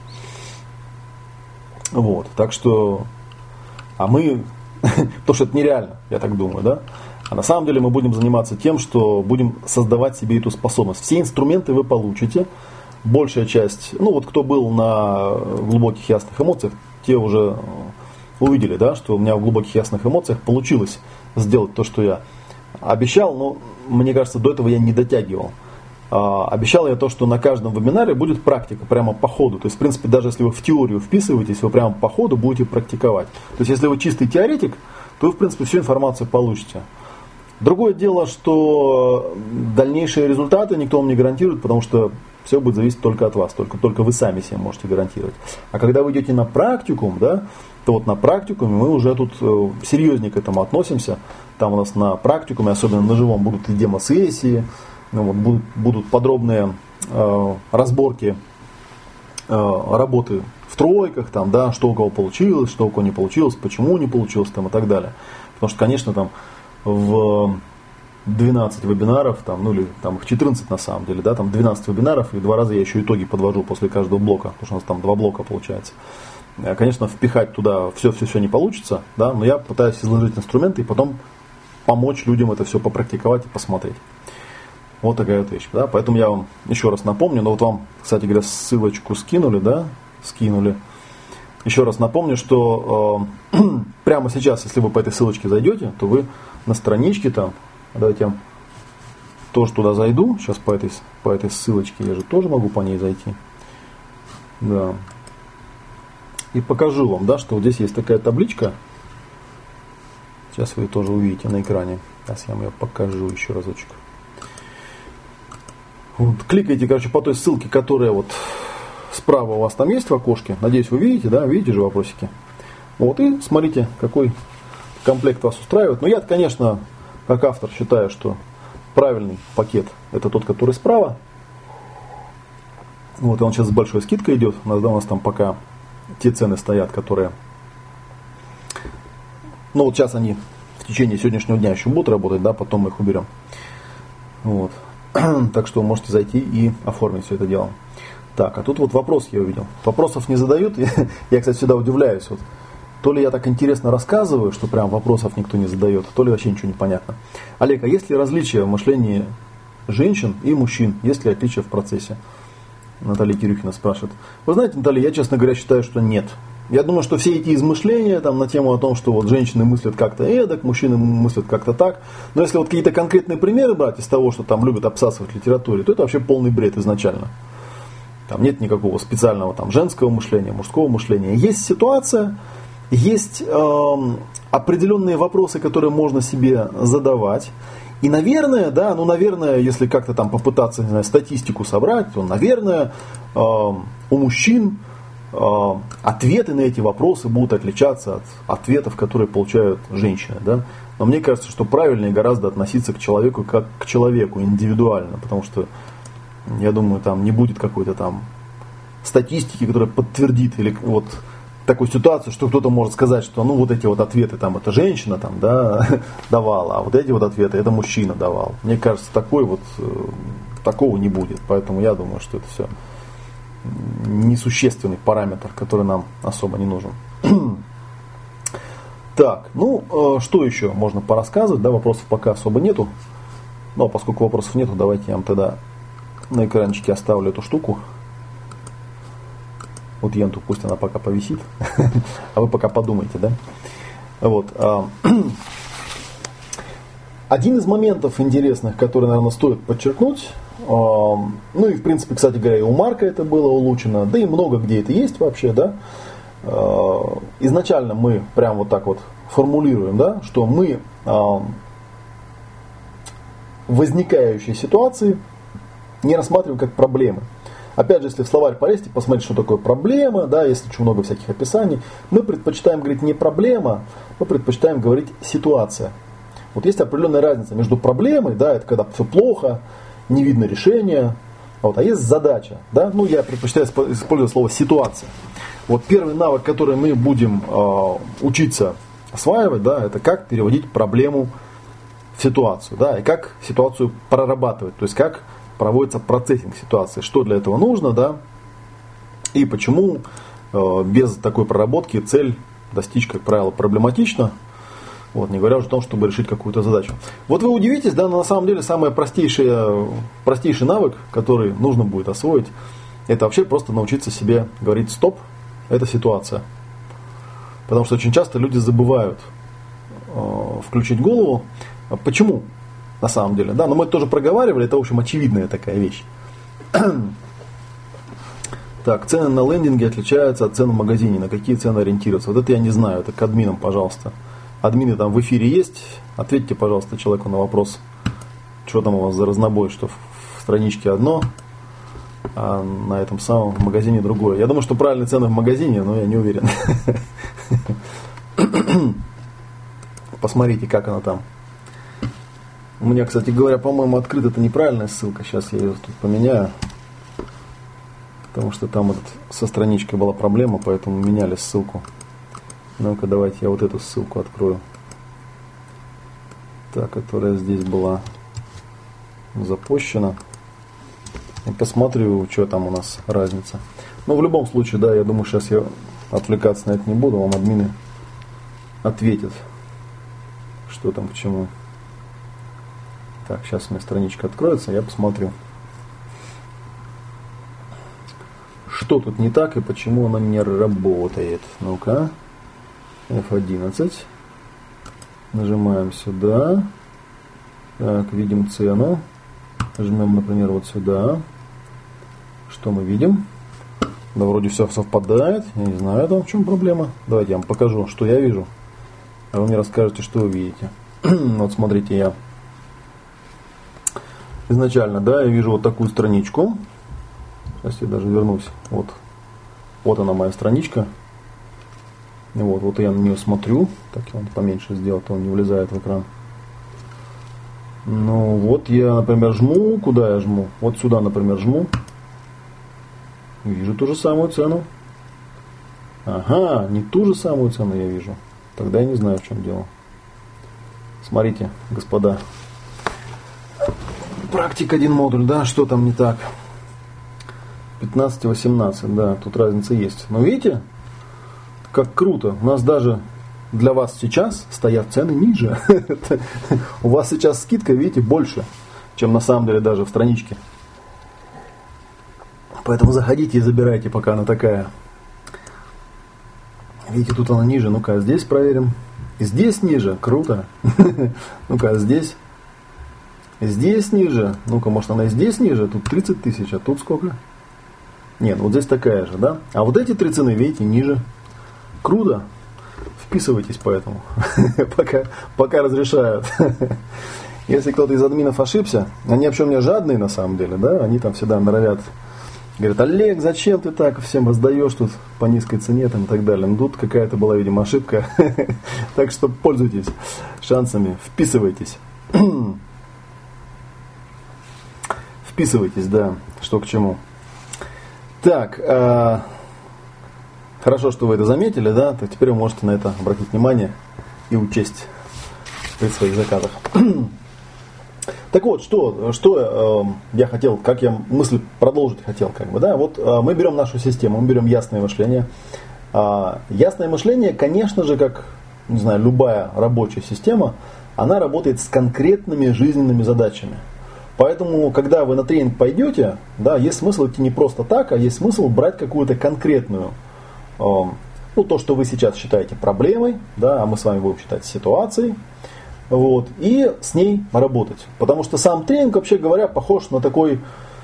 Вот, так что, потому что это нереально, я так думаю, да. А на самом деле мы будем заниматься тем, что будем создавать себе эту способность. Все инструменты вы получите, большая часть, кто был на глубоких ясных эмоциях, те уже увидели, да, что у меня в глубоких ясных эмоциях получилось сделать то, что я обещал, но мне кажется, до этого я не дотягивал. Обещал я то, что на каждом вебинаре будет практика прямо по ходу. То есть, в принципе, даже если вы в теорию вписываетесь, вы прямо по ходу будете практиковать. То есть, если вы чистый теоретик, то вы, в принципе, всю информацию получите. Другое дело, что дальнейшие результаты никто вам не гарантирует, потому что все будет зависеть только от вас, только вы сами себе можете гарантировать. А когда вы идете на практикум, да, то вот на практикуме мы уже тут серьезнее к этому относимся. Там у нас на практикуме, особенно на живом, будут и демо-сессии, будут подробные разборки работы в тройках, там, да, что у кого получилось, что у кого не получилось, почему не получилось там, и так далее. Потому что, конечно, там в 12 вебинаров, или их 14 на самом деле, да, там 12 вебинаров, и 2 раза я еще итоги подвожу после каждого блока, потому что у нас там 2 блока получается. Конечно, впихать туда все не получится, да, но я пытаюсь изложить инструменты и потом помочь людям это все попрактиковать и посмотреть. Вот такая вот вещь. Да? Поэтому я вам еще раз напомню, но вот вам, кстати говоря, ссылочку скинули, да, скинули. Еще раз напомню, что прямо сейчас, если вы по этой ссылочке зайдете, то вы на страничке там, давайте я тоже туда зайду, сейчас по этой ссылочке, я же тоже могу по ней зайти. Да. И покажу вам, да, что вот здесь есть такая табличка. Сейчас вы ее тоже увидите на экране. Сейчас я вам ее покажу еще разочек. Вот, кликайте, короче, по той ссылке, которая вот справа у вас там есть в окошке. Надеюсь, вы видите, да, видите же вопросики. Вот, и смотрите, какой комплект вас устраивает. Но я, конечно, как автор считаю, что правильный пакет это тот, который справа. Вот, и он сейчас с большой скидкой идет. У нас там пока те цены стоят, которые... Ну, вот сейчас они в течение сегодняшнего дня еще будут работать, да, потом мы их уберем. Вот. Так что вы можете зайти и оформить все это дело. Так, а тут вот вопрос я увидел. Вопросов не задают. Я, кстати, всегда удивляюсь. Вот. То ли я так интересно рассказываю, что прям вопросов никто не задает, то ли вообще ничего не понятно. Олег, а есть ли различия в мышлении женщин и мужчин? Есть ли отличия в процессе? Наталья Кирюхина спрашивает. Вы знаете, Наталья, я, честно говоря, считаю, что нет. Я думаю, что все эти измышления там, на тему о том, что вот женщины мыслят как-то эдак, мужчины мыслят как-то так. Но если вот какие-то конкретные примеры брать из того, что там любят обсасывать в литературе, то это вообще полный бред изначально. Там нет никакого специального там, женского мышления, мужского мышления. Есть ситуация, есть определенные вопросы, которые можно себе задавать. И, наверное, да, ну, наверное, если как-то там попытаться, не знаю, статистику собрать, то, наверное, у мужчин ответы на эти вопросы будут отличаться от ответов, которые получают женщины, да. Но мне кажется, что правильнее гораздо относиться к человеку как к человеку индивидуально, потому что, я думаю, там не будет какой-то там статистики, которая подтвердит или вот такую ситуацию, что кто-то может сказать, что ну вот эти вот ответы там это женщина там, да, давала, а вот эти вот ответы это мужчина давал. Мне кажется, такого не будет. Поэтому я думаю, что это все несущественный параметр, который нам особо не нужен. Так, ну что еще можно порассказывать, да, вопросов пока особо нету. Но поскольку вопросов нету, давайте я вам тогда на экранчике оставлю эту штуку. Вот Енту пусть она пока повисит, а вы пока подумайте, да. Вот. Один из моментов интересных, который, наверное, стоит подчеркнуть, ну и в принципе, кстати говоря, и у Марка это было улучшено, да и много где это есть вообще, да. Изначально мы прям вот так вот формулируем, да, что мы возникающие ситуации не рассматриваем как проблемы. Опять же, если в словарь полезть, посмотреть, что такое проблема, да, есть очень много всяких описаний, мы предпочитаем говорить не проблема, мы предпочитаем говорить ситуация. Вот есть определенная разница между проблемой, да, это когда все плохо, не видно решения, а есть задача, да, ну я предпочитаю использовать слово ситуация. Вот первый навык, который мы будем учиться осваивать, да, это как переводить проблему в ситуацию, да, и как ситуацию прорабатывать, то есть как проводится процессинг ситуации, что для этого нужно, да, и почему без такой проработки цель достичь, как правило, проблематично, вот, не говоря уже о том, чтобы решить какую-то задачу. Вот вы удивитесь, да, но на самом деле самый простейший навык, который нужно будет освоить, это вообще просто научиться себе говорить «стоп, это ситуация». Потому что очень часто люди забывают включить голову. Почему? На самом деле, да, но мы это тоже проговаривали, это, в общем, очевидная такая вещь. Так, цены на лендинге отличаются от цен в магазине, на какие цены ориентироваться? Вот это я не знаю, это к админам, пожалуйста. Админы там в эфире есть, ответьте, пожалуйста, человеку на вопрос, что там у вас за разнобой, что в страничке одно, а на этом самом в магазине другое. Я думаю, что правильные цены в магазине, но я не уверен. Посмотрите, как она там. У меня, кстати говоря, по-моему, открыта это неправильная ссылка. Сейчас я ее тут поменяю. Потому что там со страничкой была проблема, поэтому меняли ссылку. Ну-ка, давайте я вот эту ссылку открою. Та, которая здесь была запущена. И посмотрю, что там у нас разница. Но в любом случае, да, я думаю, сейчас я отвлекаться на это не буду, вам админы ответят, что там к чему. Так, сейчас у меня страничка откроется, я посмотрю, что тут не так и почему она не работает. Ну-ка, F11. Нажимаем сюда. Так, видим цену. Жмем, например, вот сюда. Что мы видим? Да, вроде все совпадает. Я не знаю, там в чем проблема. Давайте я вам покажу, что я вижу. А вы мне расскажете, что вы видите. Вот смотрите, я изначально, да, я вижу вот такую страничку. Сейчас я даже вернусь. Вот она моя страничка. Вот я на нее смотрю. Так, я поменьше сделал, то он не влезает в экран. Ну вот я, например, жму. Куда я жму? Вот сюда, например, жму. Вижу ту же самую цену. Ага, не ту же самую цену я вижу. Тогда я не знаю, в чем дело. Смотрите, господа. Практик 1 модуль, да, что там не так? 15-18, да, тут разница есть. Но видите, как круто. У нас даже для вас сейчас стоят цены ниже. У вас сейчас скидка, видите, больше, чем на самом деле даже в страничке. Поэтому заходите и забирайте, пока она такая. Видите, тут она ниже. Ну-ка, здесь проверим. И здесь ниже. Круто. Ну-ка, здесь. Здесь ниже. Ну-ка, может она и здесь ниже. Тут 30 тысяч, а тут сколько? Нет, вот здесь такая же, да? А вот эти три цены, видите, ниже. Круто. Вписывайтесь поэтому. Пока разрешают. Если кто-то из админов ошибся, они вообще у меня жадные на самом деле, да? Они там всегда норовят. Говорят: Олег, зачем ты так всем раздаешь тут по низкой цене там, и так далее. Ну тут какая-то была, видимо, ошибка. Так что пользуйтесь шансами, вписывайтесь. Вписывайтесь, да, что к чему. Так, хорошо, что вы это заметили, да, то теперь вы можете на это обратить внимание и учесть при своих заказах. Так вот, что я хотел, как я мысль продолжить хотел, как бы, да, вот мы берем нашу систему, мы берем ясное мышление. Ясное мышление, конечно же, как, не знаю, любая рабочая система, она работает с конкретными жизненными задачами. Поэтому, когда вы на тренинг пойдете, да, есть смысл идти не просто так, а есть смысл брать какую-то конкретную, ну, то, что вы сейчас считаете проблемой, да, а мы с вами будем считать ситуацией, вот, и с ней работать. Потому что сам тренинг, вообще говоря, похож на такой,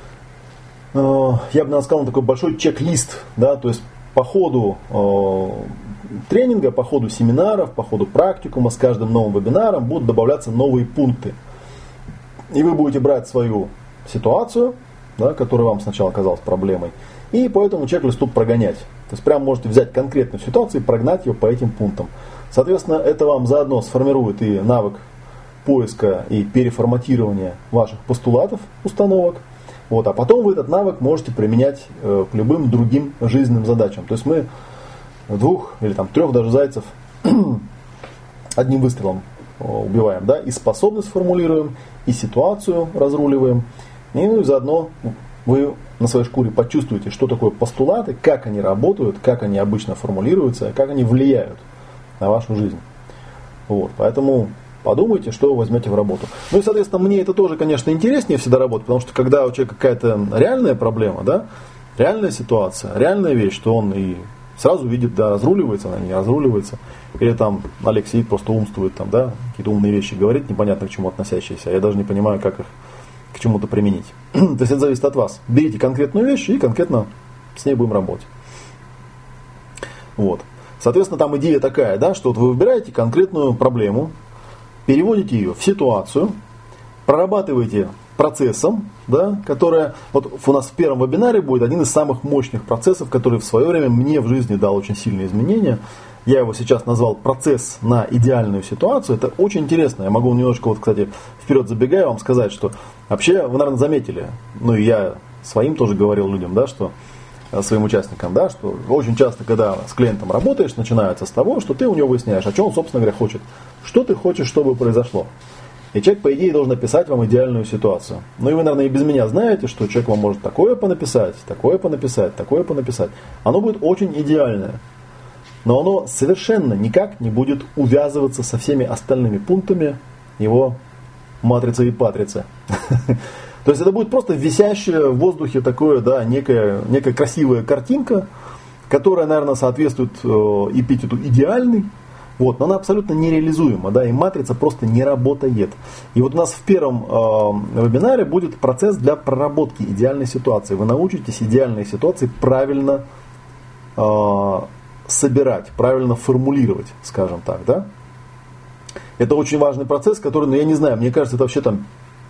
я бы сказал, на такой большой чек-лист, да, то есть по ходу тренинга, по ходу семинаров, по ходу практикума, с каждым новым вебинаром будут добавляться новые пункты. И вы будете брать свою ситуацию, да, которая вам сначала казалась проблемой, и по этому чек-листу прогонять. То есть прям можете взять конкретную ситуацию и прогнать ее по этим пунктам. Соответственно, это вам заодно сформирует и навык поиска и переформатирования ваших постулатов, установок. Вот, а потом вы этот навык можете применять к любым другим жизненным задачам. То есть мы 2 или 3 даже зайцев одним выстрелом убиваем, да, и способность формулируем, и ситуацию разруливаем, и заодно вы на своей шкуре почувствуете, что такое постулаты, как они работают, как они обычно формулируются, как они влияют на вашу жизнь. Вот, поэтому подумайте, что вы возьмете в работу. Ну и, соответственно, мне это тоже, конечно, интереснее всегда работать, потому что когда у человека какая-то реальная проблема, да, реальная ситуация, реальная вещь, что он и сразу видит, да, разруливается она, не разруливается. Или там Олег сидит, просто умствует, там, да, какие-то умные вещи говорит, непонятно к чему относящиеся. Я даже не понимаю, как их к чему-то применить. То есть это зависит от вас. Берите конкретную вещь и конкретно с ней будем работать. Вот. Соответственно, там идея такая, да, что вот вы выбираете конкретную проблему, переводите ее в ситуацию, прорабатываете процессом, да, которая, вот у нас в первом вебинаре будет один из самых мощных процессов, который в свое время мне в жизни дал очень сильные изменения. Я его сейчас назвал процесс на идеальную ситуацию. Это очень интересно. Я могу немножко, вот, кстати, вперед забегая вам сказать, что вообще вы, наверное, заметили, ну и я своим тоже говорил людям, да, что своим участникам, да, что очень часто, когда с клиентом работаешь, начинается с того, что ты у него выясняешь, а что он, собственно говоря, хочет. Что ты хочешь, чтобы произошло. И человек, по идее, должен описать вам идеальную ситуацию. Ну и вы, наверное, и без меня знаете, что человек вам может такое понаписать, такое понаписать, такое понаписать. Оно будет очень идеальное. но оно совершенно никак не будет увязываться со всеми остальными пунктами его матрицы и патрицы. То есть это будет просто висящая в воздухе такое, да, некая красивая картинка, которая, наверное, соответствует эпитету идеальный, вот, но она абсолютно нереализуема, да, и матрица просто не работает. И вот у нас в первом вебинаре будет процесс для проработки идеальной ситуации. Вы научитесь идеальные ситуации правильно собирать, правильно формулировать, скажем так, да. Это очень важный процесс, который, ну, я не знаю, мне кажется, это вообще там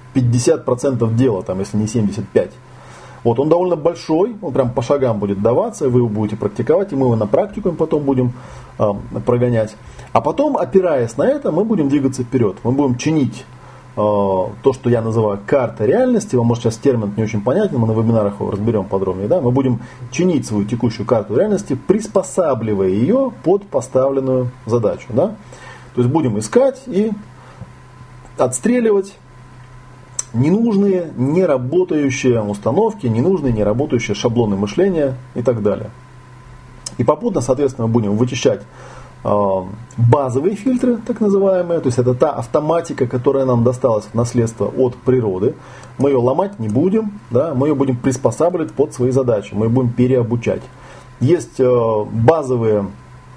50% дела, там, если не 75%. Вот, он довольно большой, он прям по шагам будет даваться, вы его будете практиковать, и мы его на практику потом будем прогонять. А потом, опираясь на это, мы будем двигаться вперед. Мы будем чинить то, что я называю карта реальности. Вам, может, сейчас термин не очень понятен, мы на вебинарах его разберем подробнее. Да? Мы будем чинить свою текущую карту реальности, приспосабливая ее под поставленную задачу. Да? То есть будем искать и отстреливать ненужные, неработающие установки, ненужные, неработающие шаблоны мышления и так далее. И попутно, соответственно, мы будем вычищать базовые фильтры, так называемые. То есть это та автоматика, которая нам досталась в наследство от природы. Мы ее ломать не будем, да, мы ее будем приспосабливать под свои задачи, мы ее будем переобучать. Есть базовые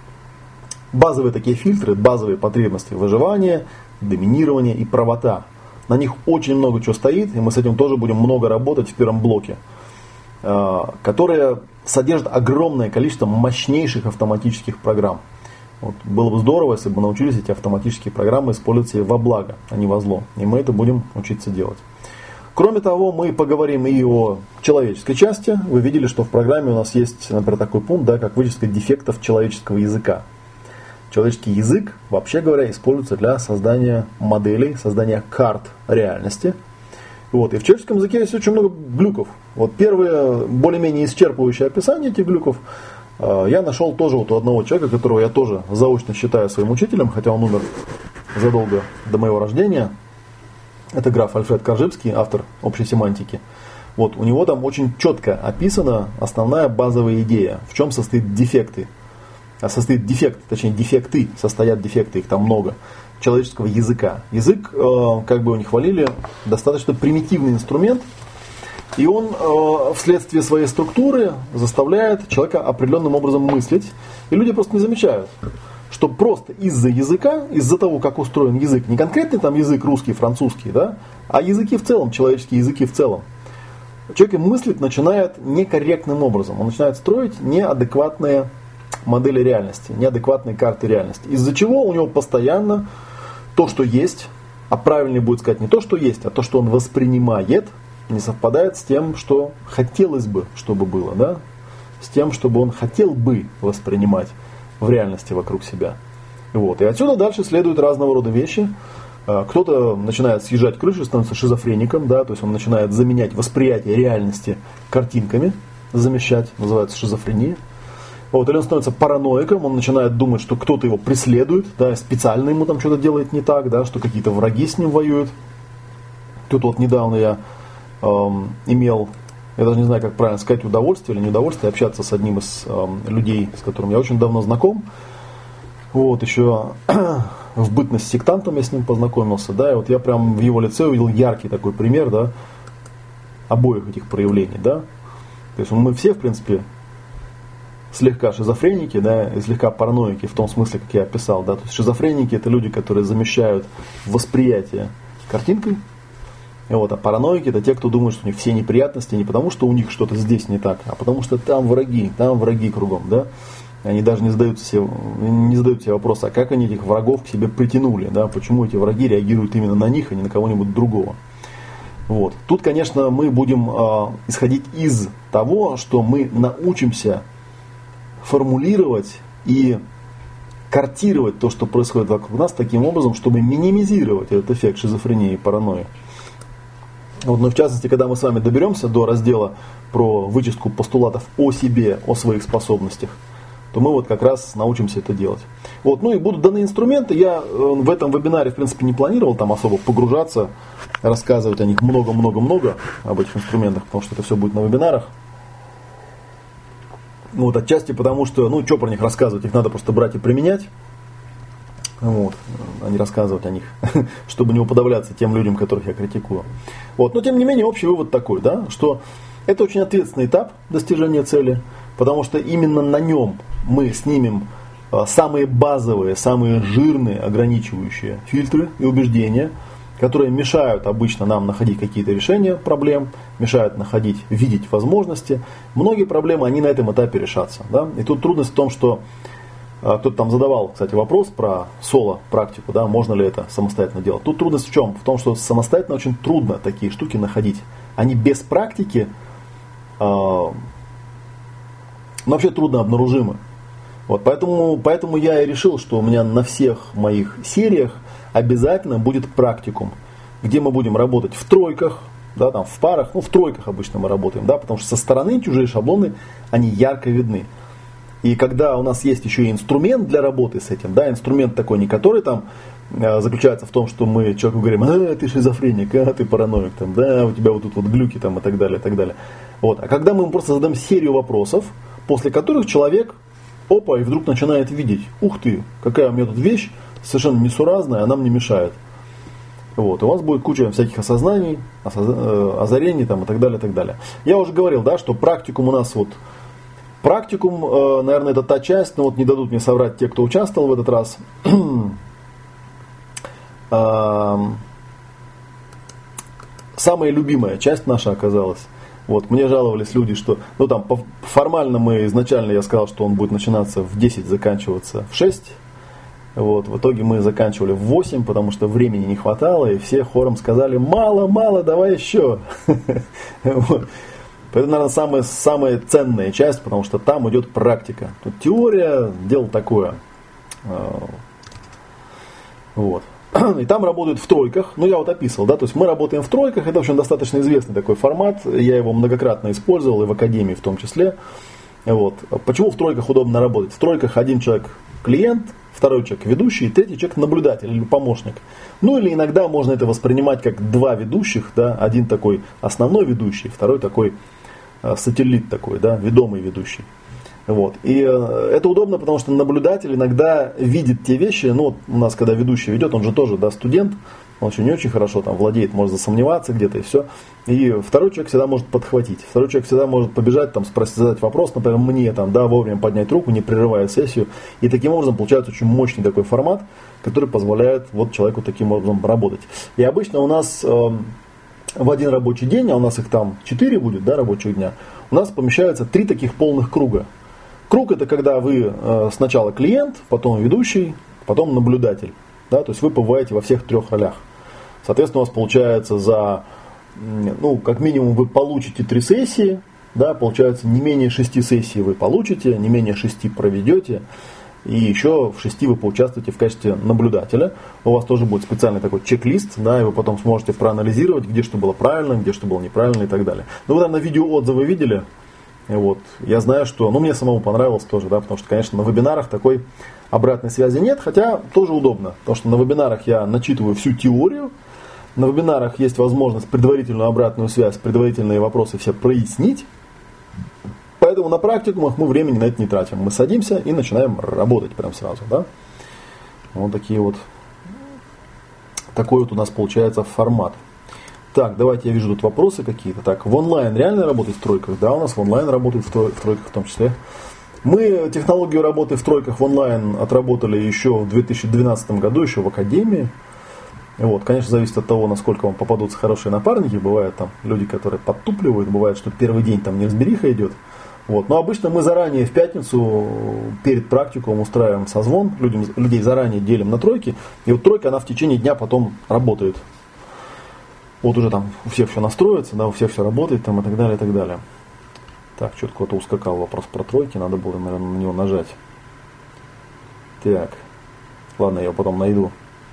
такие фильтры, базовые потребности выживания, доминирования и правота. На них очень много чего стоит, и мы с этим тоже будем много работать в первом блоке, которые содержат огромное количество мощнейших автоматических программ. Вот, было бы здорово, если бы научились эти автоматические программы использовать себе во благо, а не во зло. И мы это будем учиться делать. Кроме того, мы поговорим и о человеческой части. Вы видели, что в программе у нас есть, например, такой пункт, да, как вычистка дефектов человеческого языка. Человеческий язык, вообще говоря, используется для создания моделей, создания карт реальности. Вот. И в человеческом языке есть очень много глюков. Вот первое, более-менее исчерпывающее описание этих глюков я нашел тоже вот у одного человека, которого я тоже заочно считаю своим учителем, хотя он умер задолго до моего рождения. Это граф Альфред Коржибский, автор общей семантики. Вот, у него там очень четко описана основная базовая идея, в чем состоят дефекты. Состоит дефект, точнее дефекты, состоят дефекты, их там много, человеческого языка. Язык, как бы его ни хвалили, достаточно примитивный инструмент, и он вследствие своей структуры заставляет человека определенным образом мыслить, и люди просто не замечают, что просто из-за языка, из-за того, как устроен язык, не конкретный там язык русский, французский, да, а языки в целом, человеческие языки в целом, человек мыслить начинает некорректным образом, он начинает строить неадекватные модели реальности, неадекватные карты реальности. Из-за чего у него постоянно то, что есть, а правильнее будет сказать не то, что есть, а то, что он воспринимает, не совпадает с тем, что хотелось бы, чтобы было, да? С тем, чтобы он хотел бы воспринимать в реальности вокруг себя. Вот. И отсюда дальше следуют разного рода вещи. Кто-то начинает съезжать крыши, становится шизофреником, да? То есть он начинает заменять восприятие реальности картинками, замещать, называется шизофрения. Вот, или он становится параноиком, он начинает думать, что кто-то его преследует, да, специально ему там что-то делает не так, да, что какие-то враги с ним воюют. Тут вот недавно я имел, я даже не знаю, как правильно сказать, удовольствие или неудовольствие общаться с одним из людей, с которым я очень давно знаком. Вот, еще в бытность сектантом я с ним познакомился, да, и вот я прям в его лице увидел яркий такой пример, да, обоих этих проявлений, да. То есть мы все, в принципе, слегка шизофреники, да, и слегка параноики в том смысле, как я описал, да. То есть шизофреники — это люди, которые замещают восприятие картинкой. Вот, а параноики — это те, кто думают, что у них все неприятности не потому, что у них что-то здесь не так, а потому что там враги кругом, да. Они даже не задают себе вопроса, а как они этих врагов к себе притянули, да, почему эти враги реагируют именно на них, а не на кого-нибудь другого. Вот. Тут, конечно, мы будем исходить из того, что мы научимся формулировать и картировать то, что происходит вокруг нас, таким образом, чтобы минимизировать этот эффект шизофрении и паранойи. Вот, но в частности, когда мы с вами доберемся до раздела про вычистку постулатов о себе, о своих способностях, то мы вот как раз научимся это делать. Вот, ну и будут даны инструменты. Я в этом вебинаре, в принципе, не планировал там особо погружаться, рассказывать о них много-много-много, об этих инструментах, потому что это все будет на вебинарах. Вот, отчасти потому, что, ну, что про них рассказывать, их надо просто брать и применять, вот, а не рассказывать о них, чтобы не уподобляться тем людям, которых я критикую. Вот, но, тем не менее, общий вывод такой, да, что это очень ответственный этап достижения цели, потому что именно на нем мы снимем самые базовые, самые жирные ограничивающие фильтры и убеждения, которые мешают обычно нам находить какие-то решения проблем, мешают видеть возможности. Многие проблемы, они на этом этапе решатся. Да? И тут трудность в том, что кто-то там задавал, кстати, вопрос про соло-практику, да, можно ли это самостоятельно делать. Тут трудность в чем? В том, что самостоятельно очень трудно такие штуки находить. Они без практики вообще трудно обнаружимы. Вот, поэтому я и решил, что у меня на всех моих сериях обязательно будет практикум, где мы будем работать в тройках, да, там, в парах, ну в тройках обычно мы работаем, да, потому что со стороны чужие шаблоны, они ярко видны. И когда у нас есть еще и инструмент для работы с этим, да, инструмент такой, не который там заключается в том, что мы человеку говорим, ты шизофреник, ты параноик, там, да, у тебя вот тут вот глюки там, и так далее, и так далее. Вот. А когда мы ему просто задаем серию вопросов, после которых человек, и вдруг начинает видеть, ух ты, какая у меня тут вещь, совершенно несуразная, она мне мешает. Вот. У вас будет куча всяких осознаний, озарений там, и так далее, и так далее. Я уже говорил, да, что практикум у нас вот, наверное, это та часть, но вот не дадут мне соврать те, кто участвовал в этот раз. Самая любимая часть наша оказалась. Вот, мне жаловались люди, что, ну там, формально изначально я сказал, что он будет начинаться в 10, заканчиваться в 6. Вот, в итоге мы заканчивали в 8, потому что времени не хватало, и все хором сказали, мало, давай еще. Это, наверное, самая ценная часть, потому что там идет практика. Тут теория, дело такое. Вот. И там работают в тройках, я вот описывал, да, то есть мы работаем в тройках, это, в общем, достаточно известный такой формат, я его многократно использовал, и в академии в том числе. Вот. Почему в тройках удобно работать? В тройках один человек клиент, второй человек ведущий, третий человек наблюдатель или помощник. Ну или иногда можно это воспринимать как два ведущих, да, один такой основной ведущий, второй такой сателлит такой, да, ведомый ведущий. Вот. И это удобно, потому что наблюдатель иногда видит те вещи, у нас когда ведущий ведет, он же тоже, да, студент, он еще не очень хорошо там владеет, может засомневаться где-то и все. И второй человек всегда может подхватить, второй человек всегда может побежать, там, спросить, задать вопрос, например, мне там, да, вовремя поднять руку, не прерывая сессию. И таким образом получается очень мощный такой формат, который позволяет вот человеку таким образом работать. И обычно у нас в один рабочий день, а у нас их там 4 будет, да, рабочих дня, у нас помещаются 3 таких полных круга. Круг — это когда вы сначала клиент, потом ведущий, потом наблюдатель. Да, то есть вы побываете во всех 3 ролях. Соответственно, у вас получается как минимум вы получите 3 сессии, да, получается не менее 6 сессий вы получите, не менее 6 проведете, и еще в 6 вы поучаствуете в качестве наблюдателя. У вас тоже будет специальный такой чек-лист, да, и вы потом сможете проанализировать, где что было правильно, где что было неправильно и так далее. Вы, наверное, видеоотзывы видели. Вот. Я знаю, что, мне самому понравилось тоже, да, потому что, конечно, на вебинарах такой обратной связи нет, хотя тоже удобно, потому что на вебинарах я начитываю всю теорию, на вебинарах есть возможность предварительную обратную связь, предварительные вопросы все прояснить, поэтому на практикумах мы времени на это не тратим, мы садимся и начинаем работать прям сразу, да. Вот такой вот у нас получается формат. Так, давайте, я вижу тут вопросы какие-то. Так, в онлайн реально работать в тройках? Да, у нас в онлайн работают в тройках в том числе. Мы технологию работы в тройках в онлайн отработали еще в 2012 году, еще в академии. Вот, конечно, зависит от того, насколько вам попадутся хорошие напарники. Бывают там люди, которые подтупливают, бывает, что первый день там неразбериха идет. Вот. Но обычно мы заранее в пятницу перед практикумом устраиваем созвон, людей заранее делим на тройки, и вот тройка, она в течение дня потом работает. Вот уже там у всех все настроится, да, у всех все работает там, и так далее, и так далее. Так, что-то куда-то ускакал вопрос про тройки, надо было, наверное, на него нажать. Так, ладно, я его потом найду.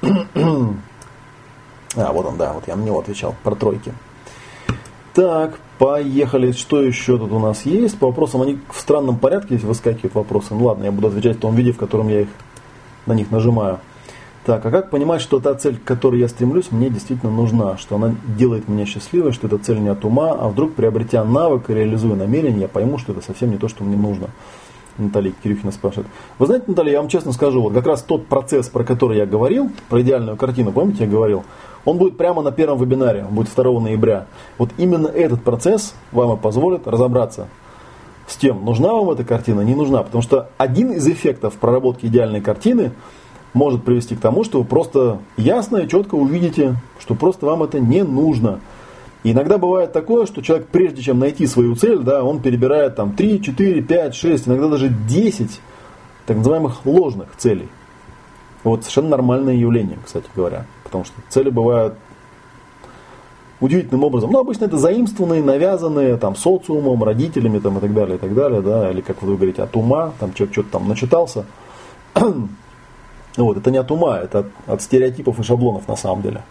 Вот он, да, вот я на него отвечал, про тройки. Так, поехали, что еще тут у нас есть? По вопросам, они в странном порядке здесь выскакивают вопросы. Ладно, я буду отвечать в том виде, в котором я на них нажимаю. Так, а как понимать, что та цель, к которой я стремлюсь, мне действительно нужна, что она делает меня счастливой, что эта цель не от ума, а вдруг, приобретя навык и реализуя намерение, я пойму, что это совсем не то, что мне нужно. Наталья Кирюхина спрашивает. Вы знаете, Наталья, я вам честно скажу, вот как раз тот процесс, про который я говорил, про идеальную картину, помните, я говорил, он будет прямо на первом вебинаре, он будет 2 ноября. Вот именно этот процесс вам и позволит разобраться с тем, нужна вам эта картина, не нужна. Потому что один из эффектов проработки идеальной картины может привести к тому, что вы просто ясно и четко увидите, что просто вам это не нужно. И иногда бывает такое, что человек, прежде чем найти свою цель, да, он перебирает там 3, 4, 5, 6, иногда даже 10 так называемых ложных целей. Вот совершенно нормальное явление, кстати говоря. Потому что цели бывают удивительным образом. Ну, обычно это заимствованные, навязанные там, социумом, родителями там, и так далее, да, или, как вы говорите, от ума, там человек что-то там начитался. Вот, это не от ума, это от стереотипов и шаблонов на самом деле.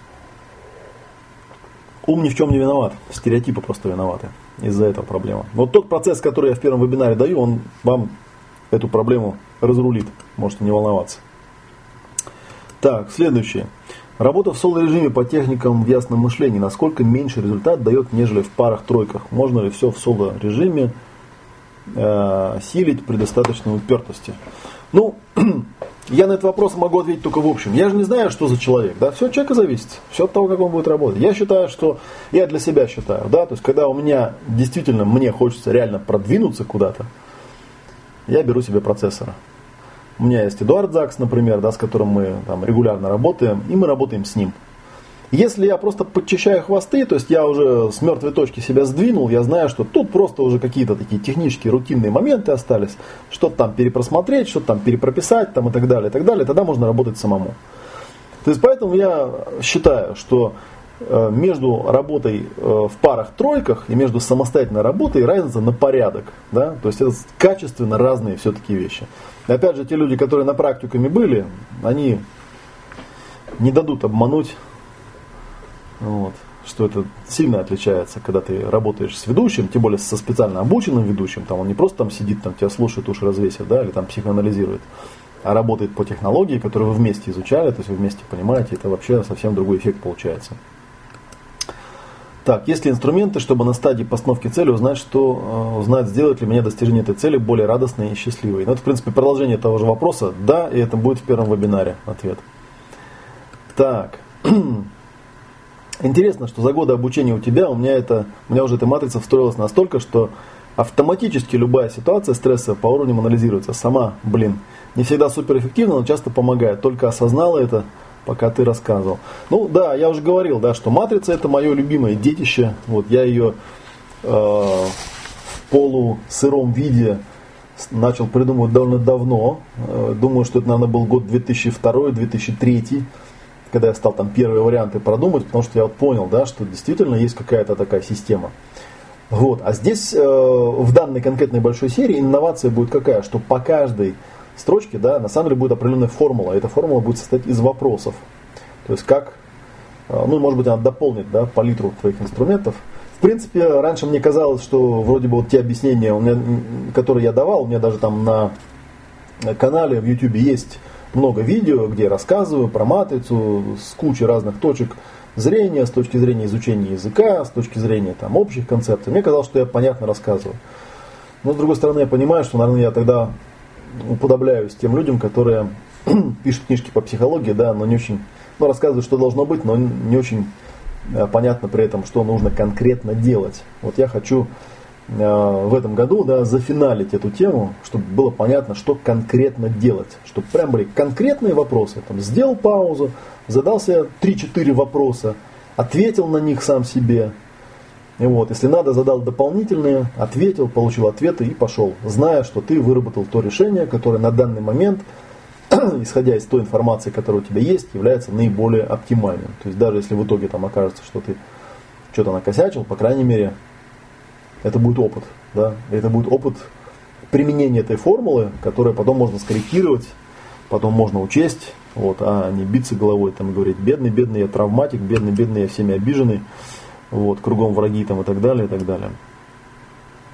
Ум ни в чем не виноват, стереотипы просто виноваты. Из-за этого проблема. Вот тот процесс, который я в первом вебинаре даю, он вам эту проблему разрулит. Можете не волноваться. Так, следующее. Работа в соло-режиме по техникам в ясном мышлении. Насколько меньше результат дает, нежели в парах-тройках? Можно ли все в соло-режиме силить при достаточной упертости? Ну, я на этот вопрос могу ответить только в общем. Я же не знаю, что за человек. Да? Все от человека зависит. Все от того, как он будет работать. Я считаю, что... Я для себя считаю. Да? То есть, когда у меня действительно мне хочется реально продвинуться куда-то, я беру себе процессора. У меня есть Эдуард Закс, например, да, с которым мы там, регулярно работаем, и мы работаем с ним. Если я просто подчищаю хвосты, то есть я уже с мертвой точки себя сдвинул, я знаю, что тут просто уже какие-то такие технические рутинные моменты остались, что-то там перепросмотреть, что-то там перепрописать там, и так далее, тогда можно работать самому. То есть поэтому я считаю, что между работой в парах-тройках и между самостоятельной работой разница на порядок. Да? То есть это качественно разные все-таки вещи. И опять же, те люди, которые на практикуме были, они не дадут обмануть, вот, что это сильно отличается, когда ты работаешь с ведущим, тем более со специально обученным ведущим, там он не просто там сидит, там тебя слушает, уши развесит, да, или там психоанализирует, а работает по технологии, которую вы вместе изучали, то есть вы вместе понимаете, это вообще совсем другой эффект получается. Так, есть ли инструменты, чтобы на стадии постановки цели узнать, сделать ли мне достижение этой цели более радостной и счастливой? Ну, это, в принципе, продолжение того же вопроса. Да, и это будет в первом вебинаре ответ. Так. Интересно, что за годы обучения у тебя у меня уже эта матрица встроилась настолько, что автоматически любая ситуация стресса по уровням анализируется. Сама, не всегда суперэффективно, но часто помогает. Только осознала это, пока ты рассказывал. Ну да, я уже говорил, да, что матрица это мое любимое детище. Вот я ее в полусыром виде начал придумывать довольно давно. Думаю, что это, наверное, был год 2002-2003, когда я стал там первые варианты продумывать, потому что я вот понял, да, что действительно есть какая-то такая система. Вот. А здесь в данной конкретной большой серии инновация будет какая? Что по каждой строчке, да, на самом деле будет определенная формула. Эта формула будет состоять из вопросов. То есть как, может быть, она дополнит, да, палитру твоих инструментов. В принципе, раньше мне казалось, что вроде бы вот те объяснения, которые я давал, у меня даже там на канале в YouTube есть много видео, где я рассказываю про матрицу с кучей разных точек зрения, с точки зрения изучения языка, с точки зрения там, общих концепций. Мне казалось, что я понятно рассказываю. Но с другой стороны, я понимаю, что, наверное, я тогда уподобляюсь тем людям, которые пишут книжки по психологии, да, но не очень, рассказывают, что должно быть, но не очень понятно при этом, что нужно конкретно делать. Вот я хочу в этом году, да, зафиналить эту тему, чтобы было понятно, что конкретно делать. Чтобы прям были конкретные вопросы. Там, сделал паузу, задал себе 3-4 вопроса, ответил на них сам себе. И вот, если надо, задал дополнительные, ответил, получил ответы и пошел. Зная, что ты выработал то решение, которое на данный момент, исходя из той информации, которая у тебя есть, является наиболее оптимальным. То есть даже если в итоге там окажется, что ты что-то накосячил, по крайней мере, это будет опыт, да? Это будет опыт применения этой формулы, которую потом можно скорректировать, потом можно учесть, вот, а не биться головой там, и говорить, бедный я травматик, бедный я всеми обиженный, вот, кругом враги там, и так далее, и так далее.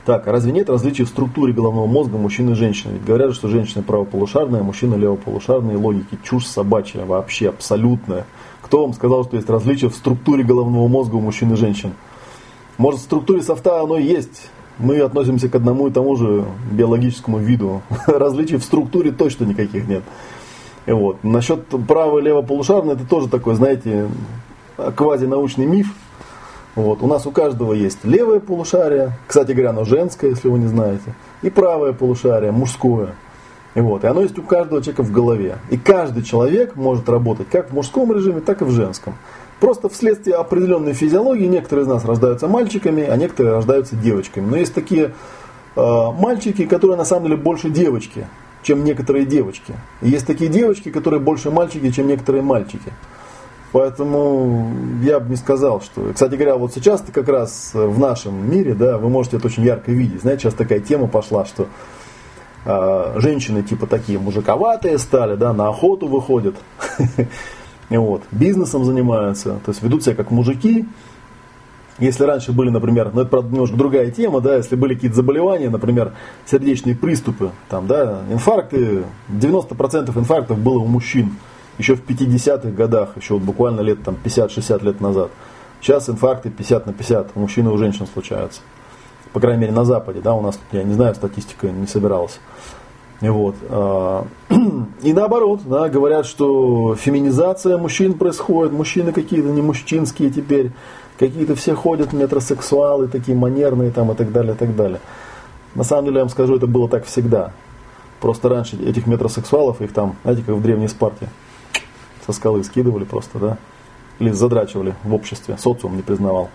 Так, а разве нет различий в структуре головного мозга мужчин и женщин? Ведь говорят, что женщины правополушарные, а мужчины левополушарные. Логики чушь собачья, вообще абсолютная. Кто вам сказал, что есть различия в структуре головного мозга у мужчин и женщин? Может, в структуре софта оно и есть. Мы относимся к одному и тому же биологическому виду. Различий в структуре точно никаких нет. Вот. Насчет право- и левополушарное, это тоже такой, знаете, квазинаучный миф. Вот. У нас у каждого есть левое полушарие, кстати говоря, оно женское, если вы не знаете, и правое полушарие, мужское. Вот. И оно есть у каждого человека в голове. И каждый человек может работать как в мужском режиме, так и в женском. Просто вследствие определенной физиологии некоторые из нас рождаются мальчиками, а некоторые рождаются девочками. Но есть такие мальчики, которые на самом деле больше девочки, чем некоторые девочки. И есть такие девочки, которые больше мальчики, чем некоторые мальчики. Поэтому я бы не сказал, что... Кстати говоря, вот сейчас-то как раз в нашем мире, да, вы можете это очень ярко видеть. Знаете, сейчас такая тема пошла, что женщины типа такие мужиковатые стали, да, на охоту выходят, вот, бизнесом занимаются, то есть ведут себя как мужики. Если раньше были, например, ну это, правда, немножко другая тема, да, если были какие-то заболевания, например, сердечные приступы, там, да, инфаркты, 90% инфарктов было у мужчин. Еще в 50-х годах, еще вот буквально лет там 50-60 лет назад. Сейчас инфаркты 50/50 у мужчин и у женщин случаются. По крайней мере на Западе, да, у нас, я не знаю, статистика не собиралась. И вот. И наоборот, да, говорят, что феминизация мужчин происходит, мужчины какие-то не мужчинские теперь, какие-то все ходят метросексуалы, такие манерные там и так далее, и так далее. На самом деле, я вам скажу, это было так всегда. Просто раньше этих метросексуалов, их там, знаете, как в древней Спарте, со скалы скидывали просто, да, или задрачивали в обществе, социум не признавал.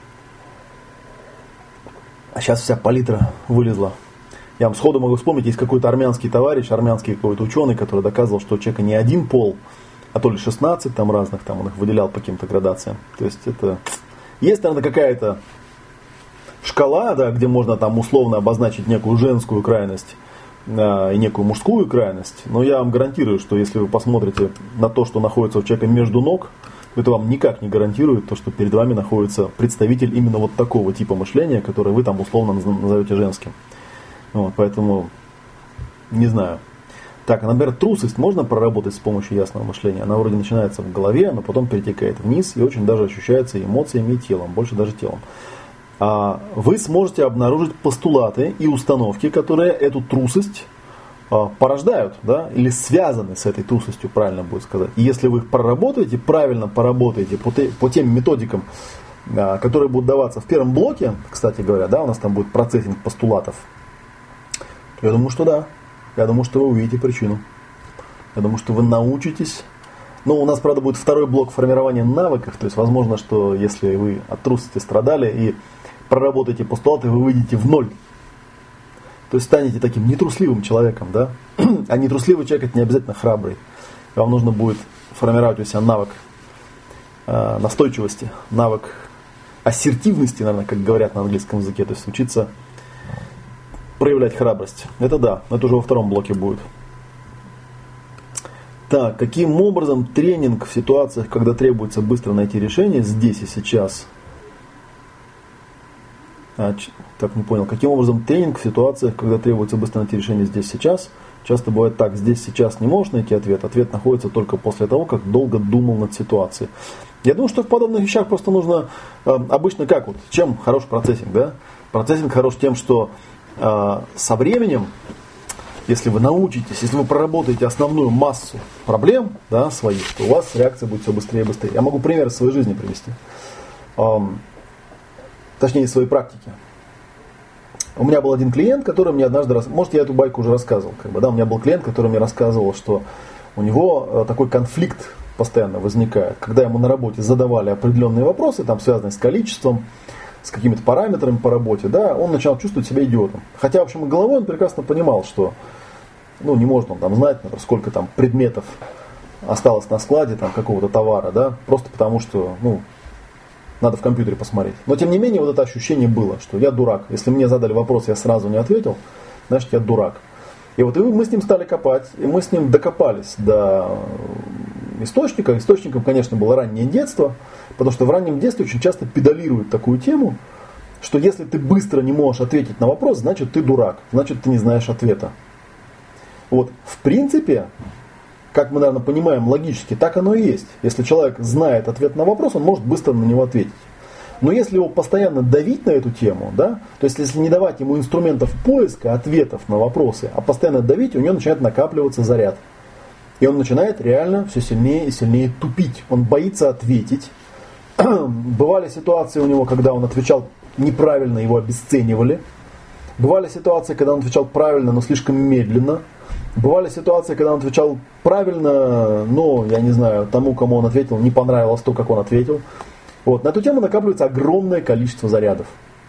А сейчас вся палитра вылезла. Я вам сходу могу вспомнить, есть какой-то армянский товарищ, армянский какой-то ученый, который доказывал, что у человека не один пол, а то ли 16 там разных, там он их выделял по каким-то градациям. То есть это... Есть, наверное, какая-то шкала, да, где можно там условно обозначить некую женскую крайность и некую мужскую крайность, но я вам гарантирую, что если вы посмотрите на то, что находится у человека между ног, это вам никак не гарантирует то, что перед вами находится представитель именно вот такого типа мышления, которое вы там условно назовете женским. Вот, поэтому не знаю. Так, а, например, трусость можно проработать с помощью ясного мышления? Она вроде начинается в голове, но потом перетекает вниз и очень даже ощущается эмоциями и телом, больше даже телом. Вы сможете обнаружить постулаты и установки, которые эту трусость порождают, да, или связаны с этой трусостью, правильно будет сказать. И если вы их проработаете, правильно поработаете по тем методикам, которые будут даваться в первом блоке, кстати говоря, да, у нас там будет процессинг постулатов, я думаю, что да. Я думаю, что вы увидите причину. Я думаю, что вы научитесь. Ну, у нас, правда, будет второй блок формирования навыков. То есть, возможно, что если вы от трусости страдали и проработаете постулаты, вы выйдете в ноль. То есть, станете таким нетрусливым человеком, да? А нетрусливый человек – это не обязательно храбрый. И вам нужно будет формировать у себя навык настойчивости, навык ассертивности, наверное, как говорят на английском языке. То есть, учиться проявлять храбрость. Это да, это уже во втором блоке будет. Так, каким образом тренинг в ситуациях, когда требуется быстро найти решение здесь и сейчас? Так, не понял. Каким образом тренинг в ситуациях, когда требуется быстро найти решение здесь и сейчас? Часто бывает так, здесь сейчас не можешь найти ответ. Ответ находится только после того, как долго думал над ситуацией. Я думаю, что в подобных вещах просто нужно обычно как вот, чем хорош процессинг, да? Процессинг хорош тем, что со временем, если вы научитесь, если вы проработаете основную массу проблем, да, своих, то у вас реакция будет все быстрее и быстрее. Я могу пример из своей жизни привести. Точнее, из своей практики. У меня был один клиент, который мне однажды... Может, я эту байку уже рассказывал. Да, у меня был клиент, который мне рассказывал, что у него такой конфликт постоянно возникает. Когда ему на работе задавали определенные вопросы, там, связанные с количеством, с какими-то параметрами по работе, да, он начал чувствовать себя идиотом. Хотя, в общем, головой он прекрасно понимал, что не может он там знать, например, сколько там предметов осталось на складе там, какого-то товара, да, просто потому что, надо в компьютере посмотреть. Но, тем не менее, вот это ощущение было, что я дурак. Если мне задали вопрос, я сразу не ответил, значит, я дурак. И вот мы с ним стали копать, и мы с ним докопались до источника. Источником, конечно, было раннее детство, потому что в раннем детстве очень часто педалируют такую тему, что если ты быстро не можешь ответить на вопрос, значит ты дурак, значит ты не знаешь ответа. Вот, в принципе, как мы, наверное, понимаем логически, так оно и есть. Если человек знает ответ на вопрос, он может быстро на него ответить. Но если его постоянно давить на эту тему, да, то есть если не давать ему инструментов поиска ответов на вопросы, а постоянно давить, у него начинает накапливаться заряд. И он начинает реально все сильнее и сильнее тупить. Он боится ответить. Бывали ситуации у него, когда он отвечал неправильно, его обесценивали. Бывали ситуации, когда он отвечал правильно, но слишком медленно. Бывали ситуации, когда он отвечал правильно, но, я не знаю, тому, кому он ответил, не понравилось то, как он ответил. Вот. На эту тему накапливается огромное количество зарядов.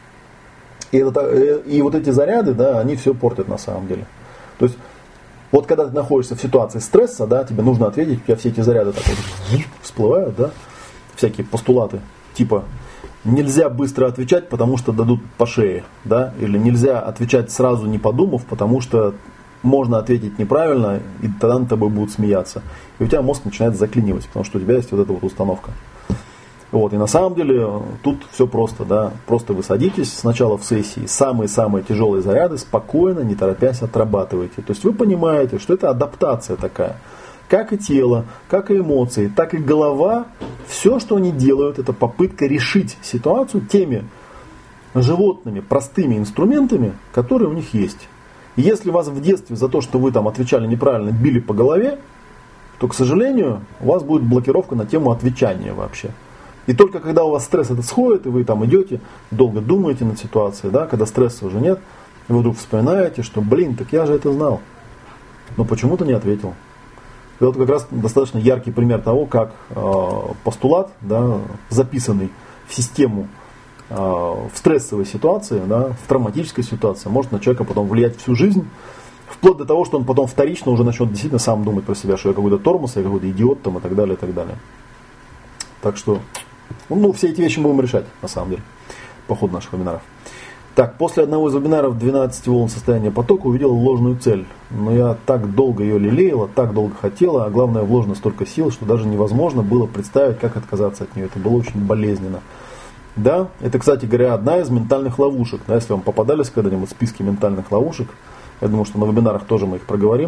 И вот эти заряды, да, они все портят на самом деле. То есть, вот когда ты находишься в ситуации стресса, да, тебе нужно ответить, у тебя все эти заряды так вот всплывают, да, всякие постулаты, типа нельзя быстро отвечать, потому что дадут по шее, да, или нельзя отвечать сразу не подумав, потому что можно ответить неправильно, и тогда над тобой будут смеяться. И у тебя мозг начинает заклинивать, потому что у тебя есть вот эта вот установка. Вот, и на самом деле тут все просто, да, просто вы садитесь сначала в сессии, самые-самые тяжелые заряды спокойно, не торопясь отрабатываете. То есть вы понимаете, что это адаптация такая. Как и тело, как и эмоции, так и голова, все, что они делают, это попытка решить ситуацию теми животными, простыми инструментами, которые у них есть. И если вас в детстве за то, что вы там отвечали неправильно, били по голове, то, к сожалению, у вас будет блокировка на тему отвечания вообще. И только когда у вас стресс этот сходит, и вы там идете, долго думаете над ситуацией, да, когда стресса уже нет, и вы вдруг вспоминаете, что, блин, так я же это знал, но почему-то не ответил. И вот как раз достаточно яркий пример того, как постулат, да, записанный в систему в стрессовой ситуации, да, в травматической ситуации, может на человека потом влиять всю жизнь, вплоть до того, что он потом вторично уже начнет действительно сам думать про себя, что я какой-то тормоз, я какой-то идиот там, и так далее, и так далее. Так что, ну, все эти вещи мы будем решать, на самом деле, по ходу наших вебинаров. Так, после одного из вебинаров 12 волн состояния потока увидел ложную цель. Но я так долго ее лелеяла, так долго хотела, а главное, вложено столько сил, что даже невозможно было представить, как отказаться от нее. Это было очень болезненно. Да, это, кстати говоря, одна из ментальных ловушек. Да, если вам попадались когда-нибудь списки ментальных ловушек, я думаю, что на вебинарах тоже мы их проговорим.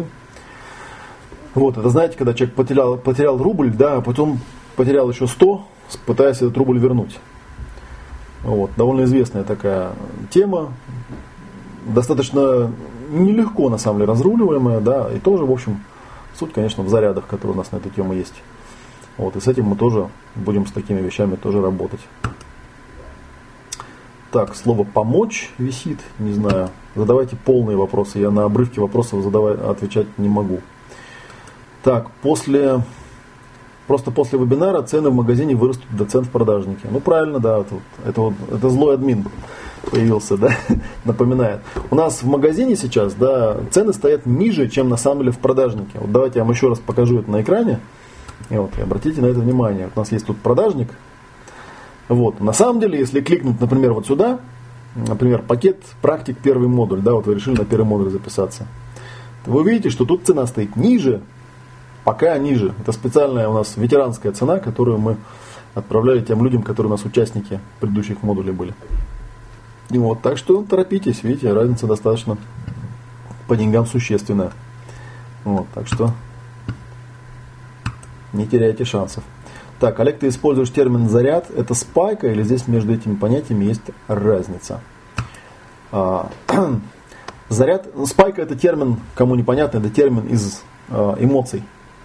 Вот, это знаете, когда человек потерял рубль, да, а потом потерял еще 100, пытаясь этот рубль вернуть. Вот, довольно известная такая тема, достаточно нелегко на самом деле разруливаемая, да, и тоже, в общем, суть, конечно, в зарядах, которые у нас на эту тему есть. Вот, и с этим мы тоже будем с такими вещами тоже работать. Так, слово «помочь» висит, не знаю, задавайте полные вопросы, я на обрывки вопросов отвечать не могу. Так, после вебинара цены в магазине вырастут до цен в продажнике. Ну правильно, да, это злой админ появился, да, напоминает. У нас в магазине сейчас, да, цены стоят ниже, чем на самом деле в продажнике. Вот давайте я вам еще раз покажу это на экране. И вот, и обратите на это внимание. Вот у нас есть тут продажник. Вот, на самом деле, если кликнуть, например, вот сюда, например, пакет практик первый модуль, да, вот вы решили на первый модуль записаться, то вы увидите, что тут цена стоит ниже. Пока ниже. Это специальная у нас ветеранская цена, которую мы отправляли тем людям, которые у нас участники предыдущих модулей были. И вот, так что торопитесь, видите, разница достаточно по деньгам существенная. Вот, так что не теряйте шансов. Так, Олег, ты используешь термин «заряд». Это спайка или здесь между этими понятиями есть разница? Заряд, спайка это термин, кому непонятно, это термин из эмоций.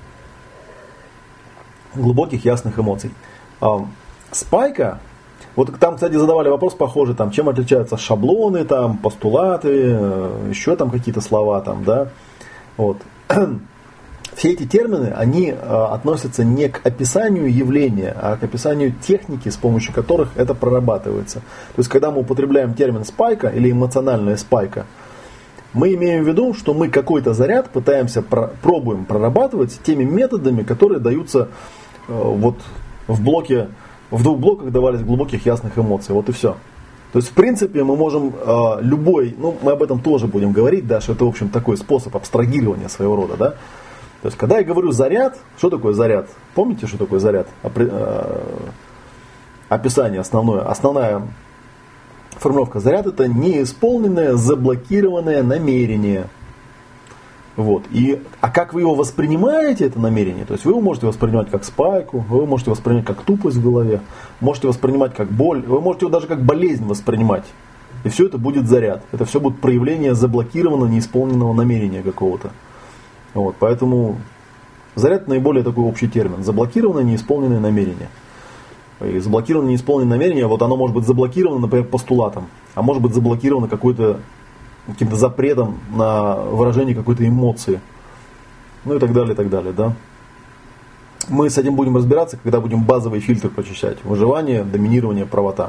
Глубоких, ясных эмоций. Спайка, вот там, кстати, задавали вопрос похожий, там, чем отличаются шаблоны, там, постулаты, еще там какие-то слова, там, да, вот. Все эти термины, они относятся не к описанию явления, а к описанию техники, с помощью которых это прорабатывается. То есть, когда мы употребляем термин спайка или эмоциональная спайка, мы имеем в виду, что мы какой-то заряд пробуем прорабатывать теми методами, которые даются вот в двух блоках давались глубоких ясных эмоций. Вот и все. То есть, в принципе, мы можем любой, ну, мы об этом тоже будем говорить, да, что это, в общем, такой способ абстрагирования своего рода, да. То есть, когда я говорю заряд, что такое заряд? Помните, что такое заряд? Описание основное. Основная формулировка. Заряд — это неисполненное, заблокированное намерение. Вот. А как вы его воспринимаете, это намерение? То есть вы его можете воспринимать как спайку, вы можете воспринимать как тупость в голове, можете воспринимать как боль, вы можете его даже как болезнь воспринимать. И все это будет заряд. Это все будет проявление заблокированного, неисполненного намерения какого-то. Вот. Поэтому заряд — наиболее такой общий термин. Заблокированное, неисполненное намерение. И заблокированное, неисполненное намерение, вот оно может быть заблокировано, например, постулатом, а может быть заблокировано каким-то запретом на выражение какой-то эмоции. Ну и так далее, да. Мы с этим будем разбираться, когда будем базовый фильтр прочищать. Выживание, доминирование, правота.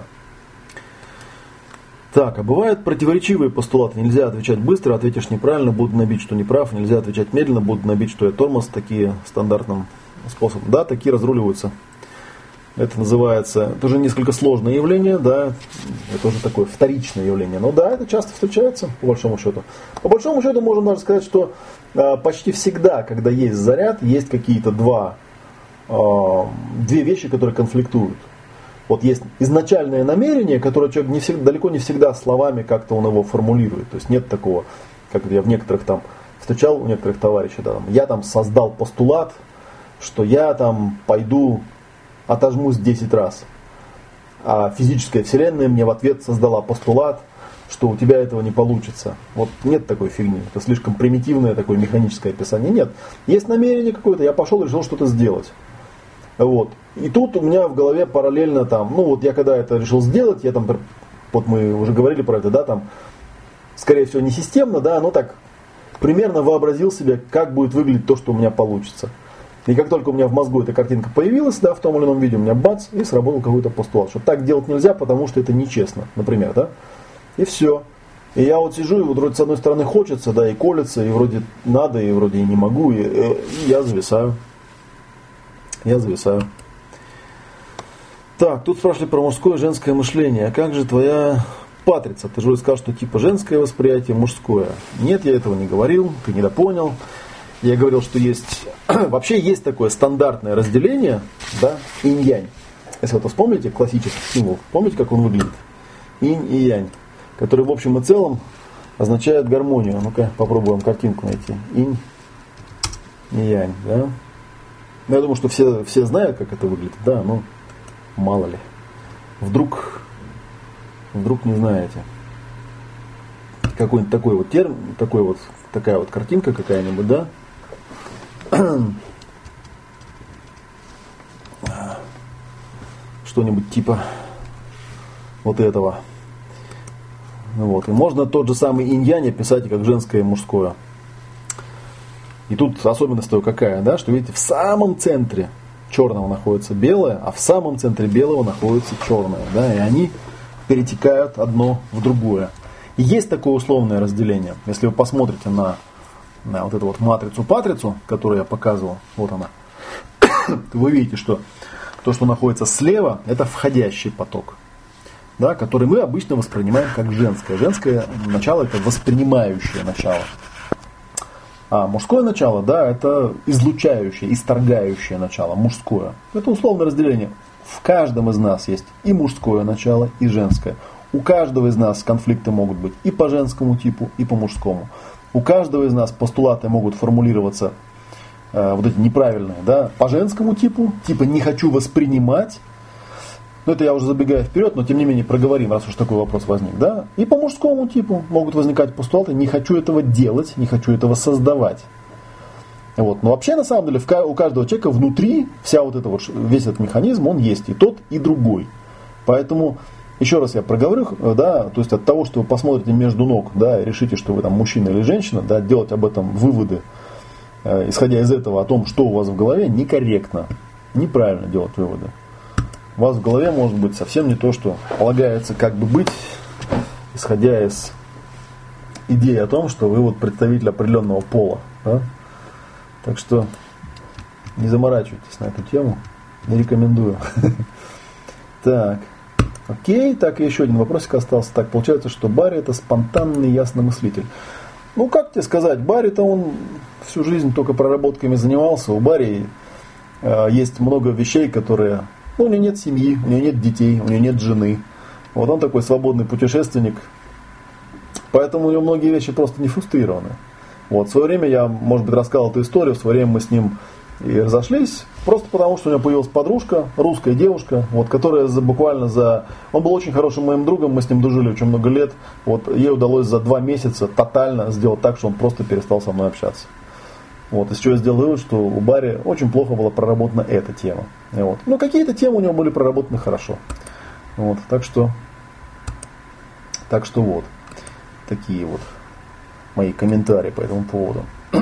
Так, а бывают противоречивые постулаты. Нельзя отвечать быстро, ответишь неправильно, буду набить, что не прав. Нельзя отвечать медленно, буду набить, что я тормоз. Такие стандартным способом. Да, такие разруливаются. Это называется, это уже несколько сложное явление, да, это уже такое вторичное явление. Но да, это часто встречается, по большому счету. По большому счету можно даже сказать, что почти всегда, когда есть заряд, есть какие-то две вещи, которые конфликтуют. Вот есть изначальное намерение, которое человек далеко не всегда словами как-то он его формулирует. То есть нет такого, как я в некоторых там встречал, у некоторых товарищей, да, я там создал постулат, что я там пойду отожмусь 10 раз. А физическая вселенная мне в ответ создала постулат, что у тебя этого не получится. Вот нет такой фигни. Это слишком примитивное такое механическое описание. Нет. Есть намерение какое-то, я пошел и решил что-то сделать. Вот. И тут у меня в голове параллельно там, я когда это решил сделать, я там, вот мы уже говорили про это, да, там, скорее всего не системно, да, но так примерно вообразил себе, как будет выглядеть то, что у меня получится. И как только у меня в мозгу эта картинка появилась, да, в том или ином виде, у меня бац, и сработал какой-то постулат, что так делать нельзя, потому что это нечестно, например, да. И все. И я вот сижу, и вот вроде с одной стороны хочется, да, и колется, и вроде надо, и вроде и не могу, и я зависаю. Я зависаю. Так, тут спрашивали про мужское и женское мышление. А как же твоя патрица? Ты же уже сказал, что типа женское восприятие, мужское. Нет, я этого не говорил, ты недопонял. Я говорил, что вообще есть такое стандартное разделение, да, инь-янь. Если вы вспомните классический символ, помните, как он выглядит? Инь и янь, который в общем и целом означает гармонию. Ну-ка, попробуем картинку найти. Инь и янь, да. Я думаю, что все знают, как это выглядит, да, но мало ли. Вдруг не знаете. Какой-нибудь такой вот термин, такая вот картинка какая-нибудь, да. Что-нибудь типа вот этого. Вот. И можно тот же самый инь-янь описать как женское и мужское. И тут особенность того какая, да, что видите, в самом центре черного находится белое, а в самом центре белого находится черное, да, и они перетекают одно в другое. И есть такое условное разделение. Если вы посмотрите на вот эту вот матрицу-патрицу, которую я показывал, вот она, вы видите, что то, что находится слева, это входящий поток, да, который мы обычно воспринимаем как женское. Женское начало – это воспринимающее начало. А мужское начало, да, это излучающее, исторгающее начало, мужское. Это условное разделение. В каждом из нас есть и мужское начало, и женское. У каждого из нас конфликты могут быть и по женскому типу, и по мужскому. У каждого из нас постулаты могут формулироваться вот эти неправильные, да, по женскому типу, типа не хочу воспринимать. Но это я уже забегаю вперед, но тем не менее проговорим, раз уж такой вопрос возник, да. И по мужскому типу могут возникать постулаты не хочу этого делать, не хочу этого создавать. Вот. Но вообще на самом деле у каждого человека внутри весь этот механизм, он есть и тот, и другой. Поэтому еще раз я проговорю, да, то есть от того, что вы посмотрите между ног, да, и решите, что вы там мужчина или женщина, да, делать об этом выводы, исходя из этого о том, что у вас в голове, некорректно, неправильно делать выводы. У вас в голове может быть совсем не то, что полагается как бы быть, исходя из идеи о том, что вы вот представитель определенного пола, да. Так что не заморачивайтесь на эту тему, не рекомендую. Так. Окей, так и еще один вопросик остался. Так, получается, что Барри это спонтанный ясномыслитель. Ну, как тебе сказать, Барри-то он всю жизнь только проработками занимался. У Барри есть много вещей, которые... у него нет семьи, у него нет детей, у него нет жены. Вот он такой свободный путешественник. Поэтому у него многие вещи просто не фрустрированы. Вот, в свое время я, может быть, рассказал эту историю, в свое время мы с ним и разошлись, просто потому, что у него появилась подружка, русская девушка, вот, которая буквально Он был очень хорошим моим другом, мы с ним дружили очень много лет. Вот, ей удалось за 2 месяца тотально сделать так, что он просто перестал со мной общаться. Вот, из чего я сделал вывод, что у Барри очень плохо была проработана эта тема. Вот. Но какие-то темы у него были проработаны хорошо. Вот, так что вот. Такие вот мои комментарии по этому поводу.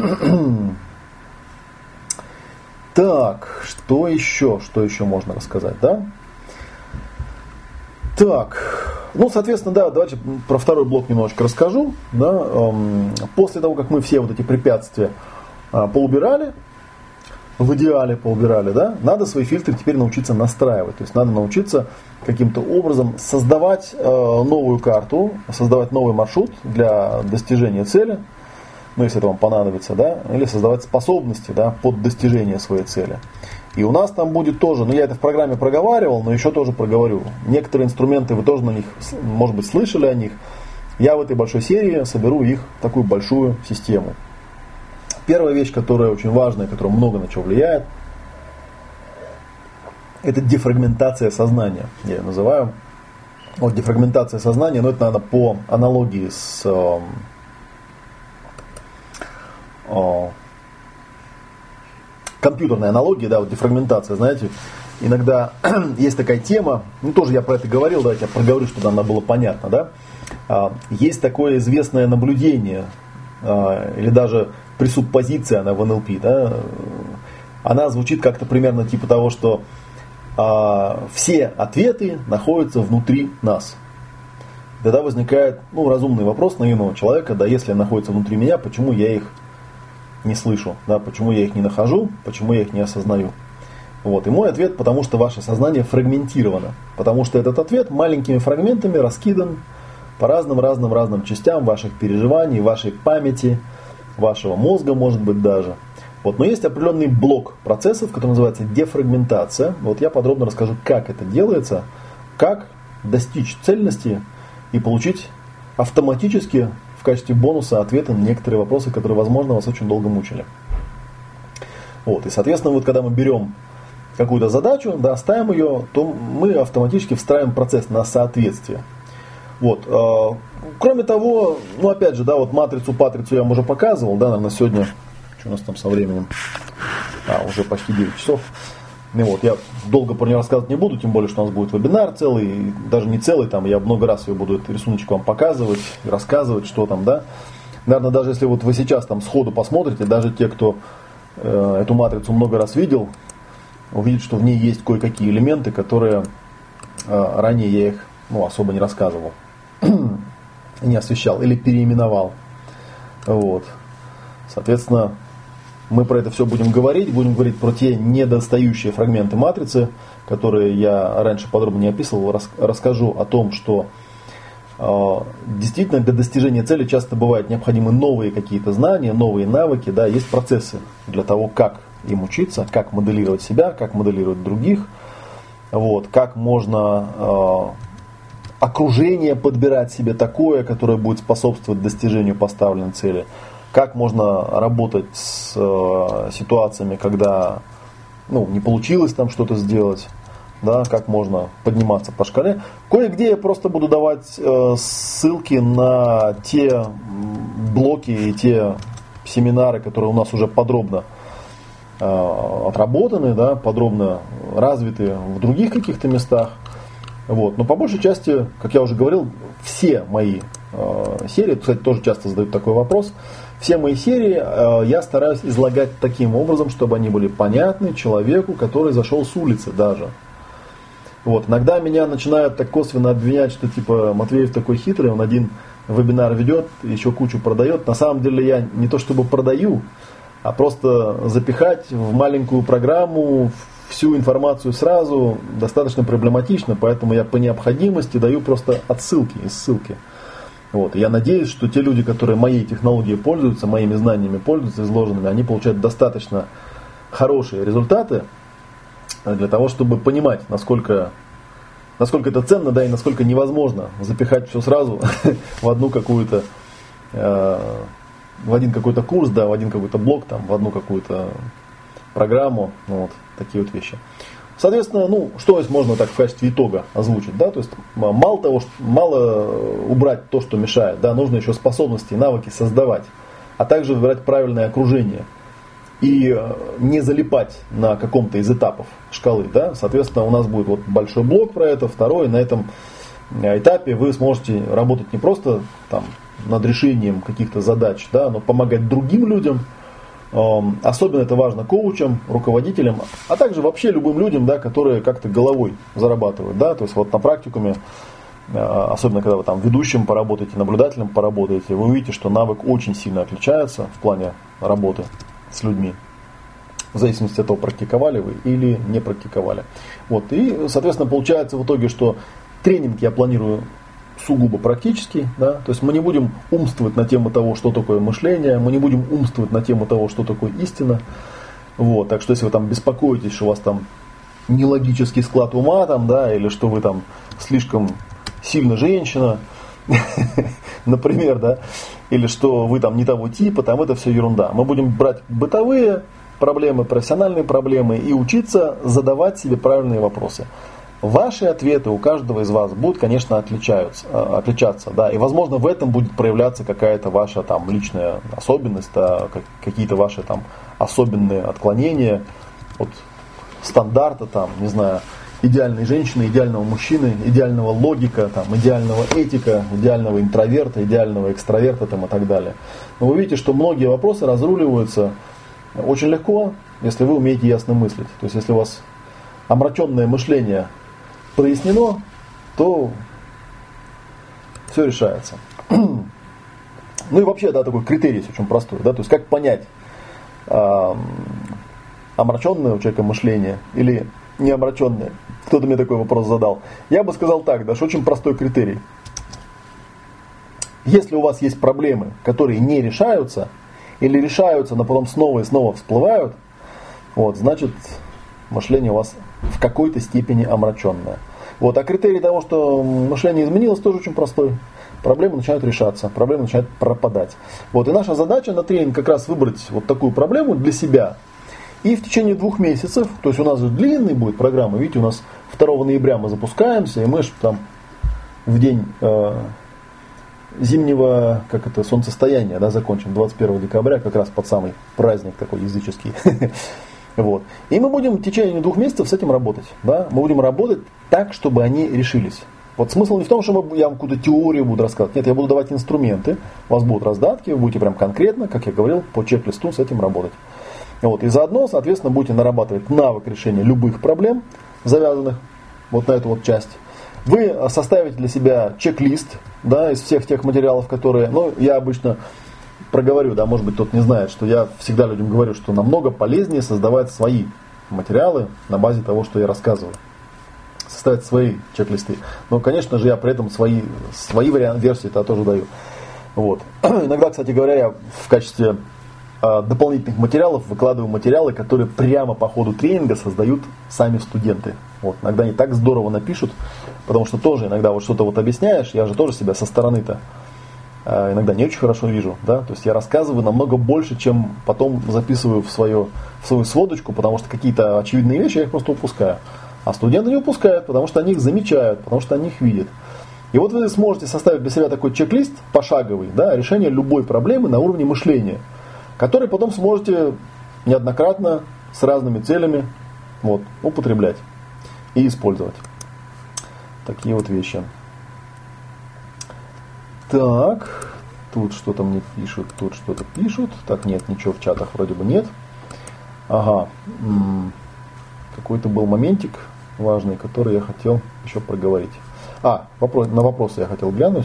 Так, что еще можно рассказать, да? Так, соответственно, да, давайте про второй блок немножечко расскажу. Да? После того, как мы все вот эти препятствия поубирали, в идеале поубирали, да, надо свои фильтры теперь научиться настраивать. То есть надо научиться каким-то образом создавать новую карту, создавать новый маршрут для достижения цели, если это вам понадобится, да, или создавать способности, да, под достижение своей цели. И у нас там будет тоже, я это в программе проговаривал, но еще тоже проговорю. Некоторые инструменты вы тоже на них, может быть, слышали о них. Я в этой большой серии соберу их в такую большую систему. Первая вещь, которая очень важная, которая много на что влияет, это дефрагментация сознания, я ее называю. Вот дефрагментация сознания, это, наверное, по аналогии с компьютерной аналогией, да, вот дефрагментация, знаете, иногда есть такая тема, тоже я про это говорил, давайте я проговорю, чтобы она было понятно, да. Есть такое известное наблюдение, или даже пресуппозиция, она в НЛП, да, она звучит как-то примерно типа того, что все ответы находятся внутри нас. Тогда возникает разумный вопрос наивного человека, да, если находятся внутри меня, почему я их не слышу, да, почему я их не нахожу, почему я их не осознаю. Вот. И мой ответ, потому что ваше сознание фрагментировано, потому что этот ответ маленькими фрагментами раскидан по разным частям ваших переживаний, вашей памяти, вашего мозга, может быть, даже. Вот. Но есть определенный блок процессов, который называется дефрагментация. Вот я подробно расскажу, как это делается, как достичь цельности и получить автоматически в качестве бонуса ответы на некоторые вопросы, которые, возможно, вас очень долго мучили. Вот. И, соответственно, вот когда мы берем какую-то задачу, да, ставим ее, то мы автоматически встраиваем процесс на соответствие. Вот. Кроме того, опять же, да, вот матрицу-патрицу я вам уже показывал, да, наверное, сегодня, что у нас там со временем, уже почти 9 часов. Вот, я долго про нее рассказывать не буду, тем более, что у нас будет вебинар целый, даже не целый, там, я много раз ее буду, этот рисуночек вам показывать, рассказывать, что там, да. Наверное, даже если вот вы сейчас там сходу посмотрите, даже те, кто эту матрицу много раз видел, увидят, что в ней есть кое-какие элементы, которые ранее я их особо не рассказывал, не освещал или переименовал. Вот. Соответственно, мы про это все будем говорить про те недостающие фрагменты матрицы, которые я раньше подробно не описывал, расскажу о том, что действительно для достижения цели часто бывают необходимы новые какие-то знания, новые навыки, да, есть процессы для того, как им учиться, как моделировать себя, как моделировать других, вот, как можно окружение подбирать себе такое, которое будет способствовать достижению поставленной цели. Как можно работать с ситуациями, когда не получилось там что-то сделать, да, как можно подниматься по шкале. Кое-где я просто буду давать ссылки на те блоки и те семинары, которые у нас уже подробно отработаны, да, подробно развиты в других каких-то местах. Вот. Но по большей части, как я уже говорил, все мои серии, кстати, тоже часто задают такой вопрос, все мои серии я стараюсь излагать таким образом, чтобы они были понятны человеку, который зашел с улицы даже. Вот. Иногда меня начинают так косвенно обвинять, что типа Матвеев такой хитрый, он один вебинар ведет, еще кучу продает. На самом деле я не то чтобы продаю, а просто запихать в маленькую программу всю информацию сразу достаточно проблематично, поэтому я по необходимости даю просто отсылки и ссылки. Вот. Я надеюсь, что те люди, которые моей технологией пользуются, моими знаниями пользуются изложенными, они получают достаточно хорошие результаты для того, чтобы понимать, насколько насколько это ценно, да, и насколько невозможно запихать все сразу в одну какую-то, в один какой-то курс, да, в один какой-то блок, там, в одну какую-то программу, ну, вот такие вот вещи. Соответственно, ну, что здесь можно так в качестве итога озвучить, да, то есть мало убрать то, что мешает, да, нужно еще способности и навыки создавать, а также выбирать правильное окружение и не залипать на каком-то из этапов шкалы, да, соответственно, у нас будет вот большой блок про это, второй, на этом этапе вы сможете работать не просто там над решением каких-то задач, да, но помогать другим людям. Особенно это важно коучам, руководителям, а также вообще любым людям, да, которые как-то головой зарабатывают. Да? То есть вот на практикуме, особенно когда вы там ведущим поработаете, наблюдателем поработаете, вы увидите, что навык очень сильно отличается в плане работы с людьми. В зависимости от того, практиковали вы или не практиковали. Вот. И, соответственно, получается в итоге, что тренинг я планирую сугубо практический, да, то есть мы не будем умствовать на тему того, что такое мышление, мы не будем умствовать на тему того, что такое истина. Вот, так что если вы там беспокоитесь, что у вас там нелогический склад ума, там, да, или что вы там слишком сильно женщина, например, да, или что вы там не того типа, там это все ерунда. Мы будем брать бытовые проблемы, профессиональные проблемы и учиться задавать себе правильные вопросы. Ваши ответы у каждого из вас будут, конечно, отличаться, да, и, возможно, в этом будет проявляться какая-то ваша там личная особенность, да, какие-то ваши там особенные отклонения от стандарта, там, не знаю, идеальной женщины, идеального мужчины, идеального логика, там, идеального этика, идеального интроверта, идеального экстраверта там, и так далее. Но вы видите, что многие вопросы разруливаются очень легко, если вы умеете ясно мыслить. То есть, если у вас омраченное мышление прояснено, то все решается. Ну и вообще, да, такой критерий очень простой, да, то есть как понять, омраченное у человека мышление или не омраченное. Кто-то мне такой вопрос задал. Я бы сказал так, да, что очень простой критерий. Если у вас есть проблемы, которые не решаются, или решаются, но потом снова и снова всплывают, вот, значит, мышление у вас в какой-то степени омраченное. Вот. А критерий того, что мышление изменилось, тоже очень простой. Проблемы начинают решаться, проблемы начинают пропадать. Вот. И наша задача на тренинг как раз выбрать вот такую проблему для себя. И в течение 2 месяцев, то есть у нас же длинный будет программа, видите, у нас 2 ноября мы запускаемся, и мы же там в день зимнего, как это, солнцестояния, да, закончим 21 декабря, как раз под самый праздник такой языческий. Вот. И мы будем в течение 2 месяцев с этим работать. Да? Мы будем работать так, чтобы они решились. Вот смысл не в том, что я вам какую-то теорию буду рассказывать. Нет, я буду давать инструменты, у вас будут раздатки, вы будете прям конкретно, как я говорил, по чек-листу с этим работать. Вот. И заодно, соответственно, будете нарабатывать навык решения любых проблем, завязанных вот на эту вот часть. Вы составите для себя чек-лист, да, из всех тех материалов, которые, ну, я обычно проговорю, да, может быть, кто-то не знает, что я всегда людям говорю, что намного полезнее создавать свои материалы на базе того, что я рассказываю. Составить свои чек-листы. Но, конечно же, я при этом свои версии-то тоже даю. Вот. Иногда, кстати говоря, я в качестве дополнительных материалов выкладываю материалы, которые прямо по ходу тренинга создают сами студенты. Вот. Иногда они так здорово напишут, потому что тоже иногда вот что-то вот объясняешь, я же тоже себя со стороны-то иногда не очень хорошо вижу, да, то есть я рассказываю намного больше, чем потом записываю в свою сводочку, потому что какие-то очевидные вещи я их просто упускаю. А студенты не упускают, потому что они их замечают, потому что они их видят. И вот вы сможете составить для себя такой чек-лист пошаговый, да, решения любой проблемы на уровне мышления, который потом сможете неоднократно с разными целями вот, употреблять и использовать. Такие вот вещи. Так, тут что-то мне пишут, тут что-то пишут. Так, нет, ничего в чатах вроде бы нет. Ага, какой-то был моментик важный, который я хотел еще проговорить. На вопросы я хотел глянуть.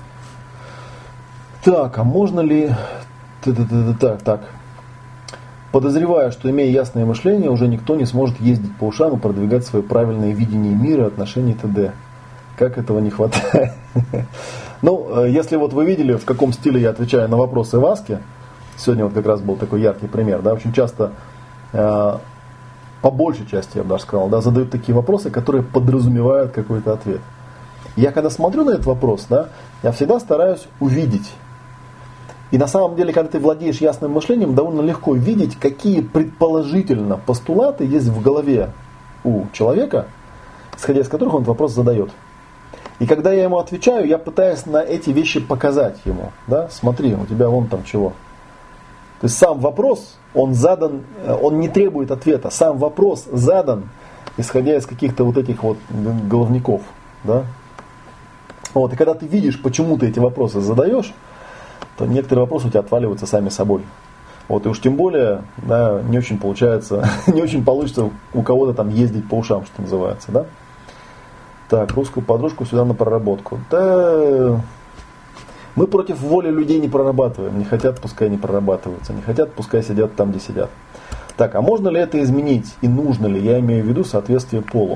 Так, а можно ли... Так. Подозреваю, что, имея ясное мышление, уже никто не сможет ездить по ушам и продвигать свое правильное видение мира, отношений т.д. Как этого не хватает? Ну, если вот вы видели, в каком стиле я отвечаю на вопросы в Аске, сегодня вот как раз был такой яркий пример, да, очень часто по большей части, я бы даже сказал, да, задают такие вопросы, которые подразумевают какой-то ответ. Я когда смотрю на этот вопрос, да, я всегда стараюсь увидеть. И на самом деле, когда ты владеешь ясным мышлением, довольно легко видеть, какие предположительно постулаты есть в голове у человека, исходя из которых он этот вопрос задает. И когда я ему отвечаю, я пытаюсь на эти вещи показать ему. Да? Смотри, у тебя вон там чего. То есть сам вопрос, он задан, он не требует ответа. Сам вопрос задан, исходя из каких-то вот этих вот головников. Да? Вот, и когда ты видишь, почему ты эти вопросы задаешь, то некоторые вопросы у тебя отваливаются сами собой. Вот, и уж тем более, да, не очень получается, не очень получится у кого-то там ездить по ушам, что называется, да. Так, русскую подружку сюда на проработку. Да, мы против воли людей не прорабатываем. Не хотят, пускай не прорабатываются. Не хотят, пускай сидят там, где сидят. Так, а можно ли это изменить? И нужно ли? Я имею в виду соответствие полу.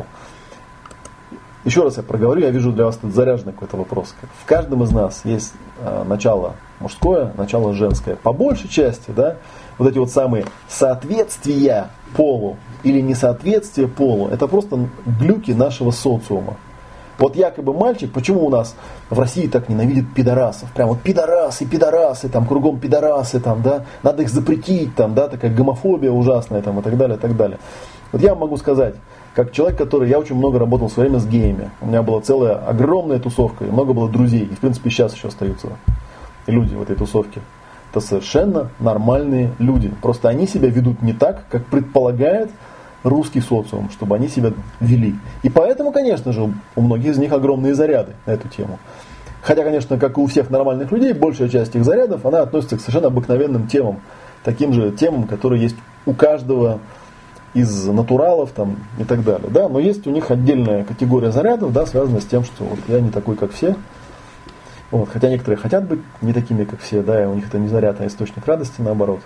Еще раз я проговорю, я вижу для вас тут заряженный какой-то вопрос. В каждом из нас есть начало мужское, начало женское. По большей части, да, вот эти вот самые соответствия полу или несоответствие полу, это просто глюки нашего социума. Вот якобы мальчик, почему у нас в России так ненавидят пидорасов? Прям вот пидорасы, там кругом пидорасы, там, да, надо их запретить, там, да, такая гомофобия ужасная, там, и так далее, и так далее. Вот я вам могу сказать, как человек, я очень много работал в свое время с геями. У меня была целая огромная тусовка, и много было друзей. И в принципе сейчас еще остаются люди в этой тусовке. Это совершенно нормальные люди. Просто они себя ведут не так, как предполагает русский социум, чтобы они себя вели. И поэтому, конечно же, у многих из них огромные заряды на эту тему. Хотя, конечно, как и у всех нормальных людей, большая часть их зарядов, она относится к совершенно обыкновенным темам. Таким же темам, которые есть у каждого из натуралов там, и так далее. Да? Но есть у них отдельная категория зарядов, да, связанная с тем, что вот я не такой, как все. Вот, хотя некоторые хотят быть не такими, как все, да, и у них это не заряд, а источник радости, наоборот.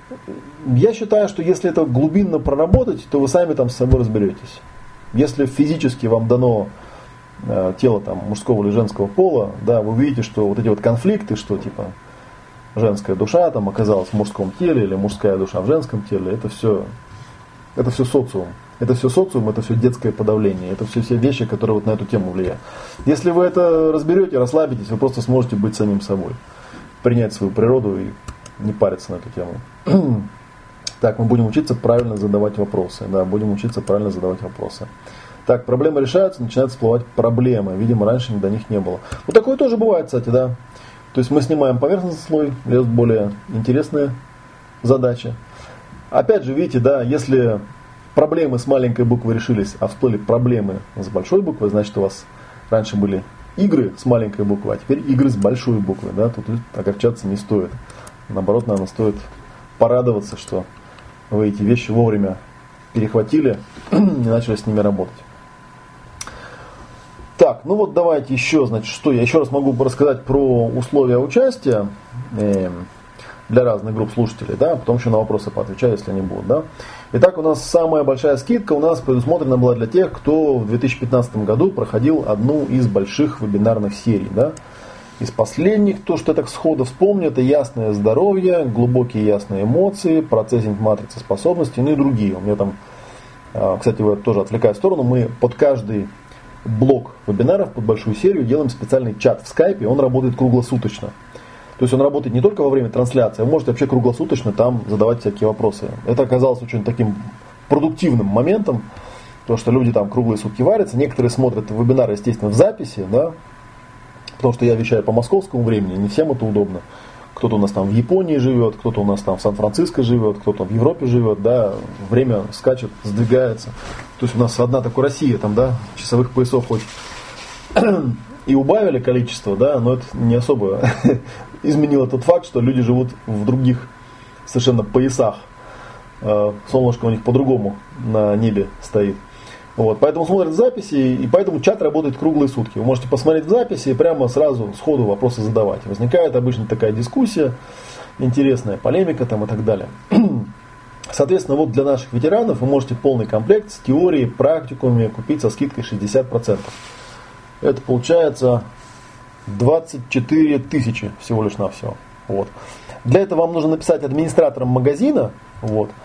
Я считаю, что если это глубинно проработать, то вы сами там с собой разберетесь. Если физически вам дано тело там, мужского или женского пола, да, вы увидите, что вот эти вот конфликты, что типа женская душа там оказалась в мужском теле или мужская душа в женском теле, это все социум. Это все социум, это все детское подавление, это все вещи, которые вот на эту тему влияют. Если вы это разберете, расслабитесь, вы просто сможете быть самим собой. Принять свою природу и не париться на эту тему. Так, мы будем учиться правильно задавать вопросы. Да, будем учиться правильно задавать вопросы. Так, проблемы решаются, начинают всплывать проблемы. Видимо, раньше до них не было. Вот такое тоже бывает, кстати, да. То есть мы снимаем поверхностный слой, лезут более интересные задачи. Опять же, видите, да, если проблемы с маленькой буквы решились, а всплыли проблемы с большой буквы, значит, у вас раньше были игры с маленькой буквы, а теперь игры с большой буквы. Да, тут огорчаться не стоит. Наоборот, наверное, стоит порадоваться, что вы эти вещи вовремя перехватили и начали с ними работать. Так, ну вот давайте еще, значит, что я еще раз могу рассказать про условия участия для разных групп слушателей, да, потом еще на вопросы поотвечаю, если они будут, да. Итак, у нас самая большая скидка у нас предусмотрена была для тех, кто в 2015 году проходил одну из больших вебинарных серий, да. Из последних, то, что я так сходу вспомню, это ясное здоровье, глубокие ясные эмоции, процессинг матрицы способностей, ну и другие. У меня там, кстати, вы тоже отвлекая в сторону, мы под каждый блок вебинаров, под большую серию делаем специальный чат в скайпе, он работает круглосуточно. То есть он работает не только во время трансляции, вы можете вообще круглосуточно там задавать всякие вопросы. Это оказалось очень таким продуктивным моментом, потому что люди там круглые сутки варятся, некоторые смотрят вебинары, естественно, в записи, да, потому что я вещаю по московскому времени, не всем это удобно. Кто-то у нас там в Японии живет, кто-то у нас там в Сан-Франциско живет, кто-то в Европе живет, да, время скачет, сдвигается. То есть у нас одна такая Россия, там, да, часовых поясов хоть и убавили количество, да, но это не особо изменило тот факт, что люди живут в других совершенно поясах. Солнышко у них по-другому на небе стоит. Вот, поэтому смотрят записи, и поэтому чат работает круглые сутки. Вы можете посмотреть в записи и прямо сразу сходу вопросы задавать. Возникает обычно такая дискуссия, интересная полемика там и так далее. Соответственно, вот для наших ветеранов вы можете полный комплект с теорией, практикумами купить со скидкой 60%. Это получается 24 тысячи всего лишь навсего. Вот. Для этого вам нужно написать администраторам магазина, вот,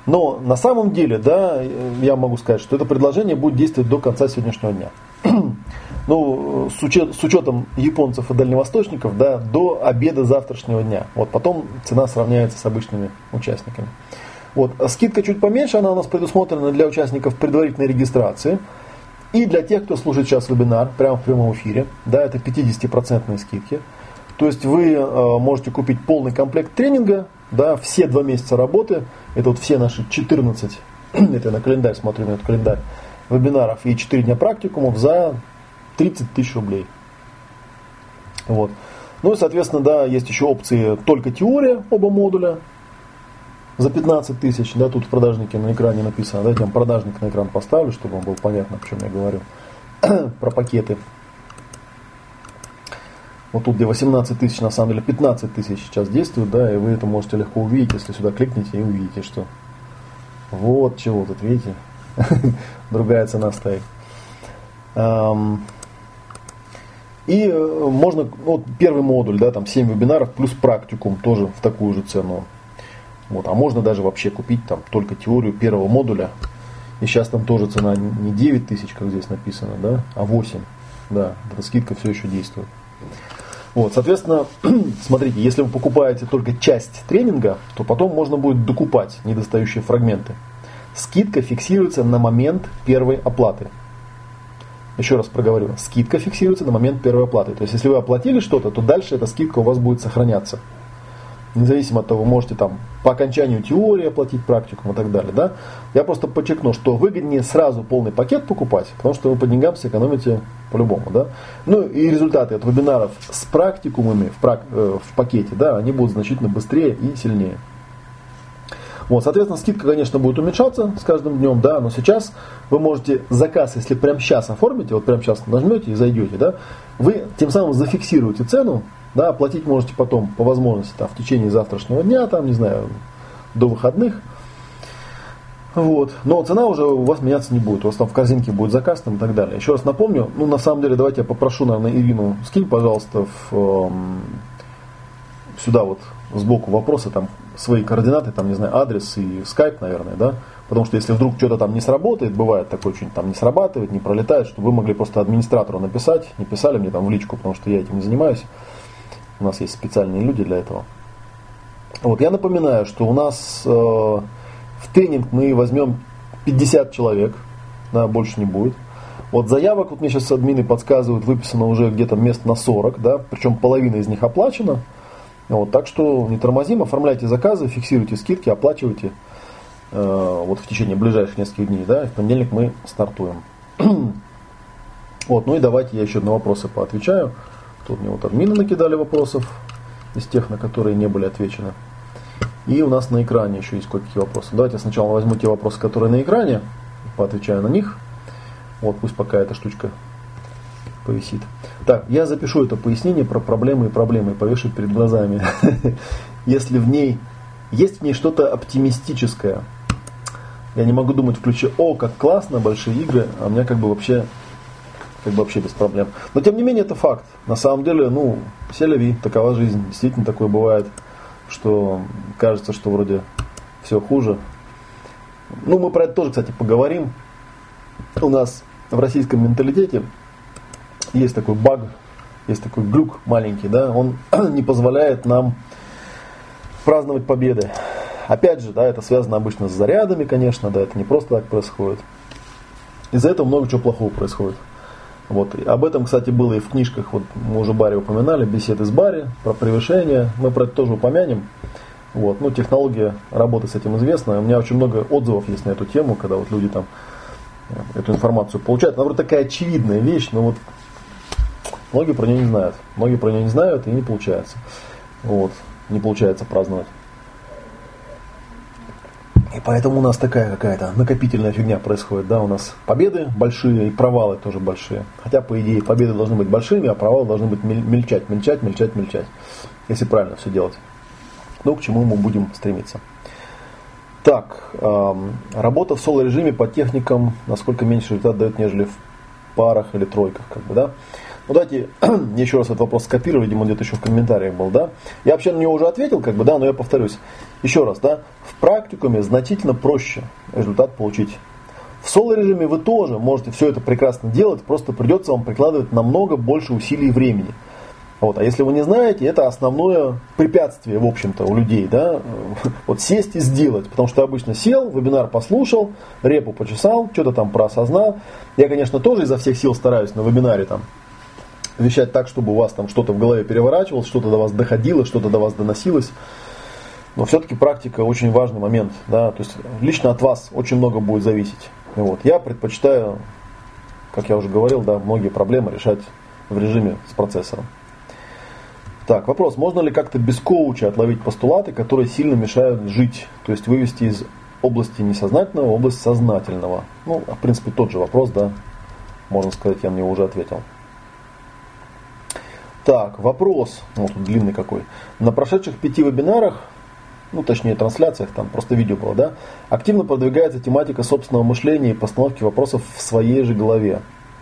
Но на самом деле, да, я могу сказать, что это предложение будет действовать до конца сегодняшнего дня. Ну, с учетом японцев и дальневосточников, да, до обеда завтрашнего дня. Вот потом цена сравняется с обычными участниками. Вот. Скидка чуть поменьше, она у нас предусмотрена для участников предварительной регистрации. И для тех, кто слушает сейчас вебинар, прямо в прямом эфире, да, это 50% скидки. То есть вы можете купить полный комплект тренинга, да, все 2 месяца работы, это вот все наши 14, это я на календарь смотрю, на этот календарь, вебинаров и 4 дня практикумов за 30 тысяч рублей. Вот. Ну и, соответственно, да, есть еще опции только теория, оба модуля, за 15 тысяч, да, тут в продажнике на экране написано, давайте я вам продажник на экран поставлю, чтобы вам было понятно, о чем я говорю, про пакеты. Вот тут, где 18 тысяч, на самом деле 15 тысяч сейчас действует, да, и вы это можете легко увидеть, если сюда кликните и увидите, что вот чего тут, видите, другая цена стоит. И можно, вот первый модуль, да, там 7 вебинаров плюс практикум тоже в такую же цену. Вот, а можно даже вообще купить там только теорию первого модуля. И сейчас там тоже цена не 9 тысяч, как здесь написано, да, а 8. Да, эта скидка все еще действует. Вот, соответственно, смотрите, если вы покупаете только часть тренинга, то потом можно будет докупать недостающие фрагменты. Скидка фиксируется на момент первой оплаты. Еще раз проговорю. Скидка фиксируется на момент первой оплаты. То есть, если вы оплатили что-то, то дальше эта скидка у вас будет сохраняться. Независимо от того, вы можете там по окончанию теории оплатить практикум и так далее. Да? Я просто подчеркну, что выгоднее сразу полный пакет покупать, потому что вы по деньгам сэкономите по-любому. Да? Ну и результаты от вебинаров с практикумами в пакете, да, они будут значительно быстрее и сильнее. Вот, соответственно, скидка, конечно, будет уменьшаться с каждым днем, да, но сейчас вы можете заказ, если прямо сейчас оформите, вот прямо сейчас нажмете и зайдете, да, вы тем самым зафиксируете цену, да, оплатить можете потом по возможности там, в течение завтрашнего дня, там, не знаю, до выходных. Вот. Но цена уже у вас меняться не будет, у вас там в корзинке будет заказ там, и так далее. Еще раз напомню, ну на самом деле давайте я попрошу, наверное, Ирину, скинь, пожалуйста, сюда вот сбоку вопросы, там свои координаты, там, не знаю, адрес и скайп, наверное, да, потому что если вдруг что-то там не сработает, бывает такое, что-нибудь там не срабатывает, не пролетает, чтобы вы могли просто администратору написать, не писали мне там в личку, потому что я этим не занимаюсь, у нас есть специальные люди для этого. Вот, я напоминаю, что у нас в тренинг мы возьмем 50 человек, да, больше не будет. Вот заявок, вот мне сейчас админы подсказывают, выписано уже где-то мест на 40, да, причем половина из них оплачена. Вот, так что не тормозим, оформляйте заказы, фиксируйте скидки, оплачивайте вот в течение ближайших нескольких дней, да, и в понедельник мы стартуем. Вот, ну и давайте я еще на вопросы поотвечаю. Тут мне вот админы накидали вопросов из тех, на которые не были отвечены. И у нас на экране еще есть кое-какие вопросы. Давайте я сначала возьму те вопросы, которые на экране, поотвечаю на них. Вот пусть пока эта штучка повисит. Так, я запишу это пояснение про проблемы и повешу перед глазами. Если есть в ней что-то оптимистическое, я не могу думать в ключе: о, как классно, большие игры, а у меня как бы вообще без проблем. Но тем не менее это факт. На самом деле, ну, селяви, такова жизнь. Действительно такое бывает, что кажется, что вроде все хуже. Ну, мы про это тоже, кстати, поговорим. У нас в российском менталитете есть такой баг, есть такой глюк маленький, да, он не позволяет нам праздновать победы. Опять же, да, это связано обычно с зарядами, конечно, да, это не просто так происходит. Из-за этого много чего плохого происходит. Вот. И об этом, кстати, было и в книжках, вот мы уже Барри упоминали, беседы с Барри, про превышение, мы про это тоже упомянем. Вот. Ну, технология работы с этим известна, у меня очень много отзывов есть на эту тему, когда вот люди там эту информацию получают. Она вроде такая очевидная вещь, но вот многие про нее не знают. Многие про нее не знают и не получается. Вот. Не получается праздновать. И поэтому у нас такая какая-то накопительная фигня происходит. Да? У нас победы большие и провалы тоже большие. Хотя, по идее, победы должны быть большими, а провалы должны быть мельчать. Если правильно все делать. Ну, к чему мы будем стремиться. Так, работа в соло-режиме по техникам насколько меньше результат дает, нежели в парах или тройках. Как бы, да? Ну, давайте еще раз этот вопрос скопирую, видимо, где-то еще в комментариях был, да. Я вообще на него уже ответил, как бы, да, но я повторюсь. Еще раз, да, в практикуме значительно проще результат получить. В соло-режиме вы тоже можете все это прекрасно делать, просто придется вам прикладывать намного больше усилий и времени. Вот. А если вы не знаете, это основное препятствие, в общем-то, у людей, да, вот сесть и сделать, потому что обычно сел, вебинар послушал, репу почесал, что-то там проосознал. Я, конечно, тоже изо всех сил стараюсь на вебинаре там вещать так, чтобы у вас там что-то в голове переворачивалось, что-то до вас доходило, что-то до вас доносилось. Но все-таки практика очень важный момент, да, то есть лично от вас очень много будет зависеть. Вот. Я предпочитаю, как я уже говорил, да, многие проблемы решать в режиме с процессором. Так, вопрос. Можно ли как-то без коуча отловить постулаты, которые сильно мешают жить? То есть вывести из области несознательного в область сознательного? Ну, в принципе, тот же вопрос, да. Можно сказать, я на него уже ответил. Так, вопрос. Вот тут длинный какой. На прошедших 5 вебинарах, ну, точнее, трансляциях, там просто видео было, да, активно продвигается тематика собственного мышления и постановки вопросов в своей же голове.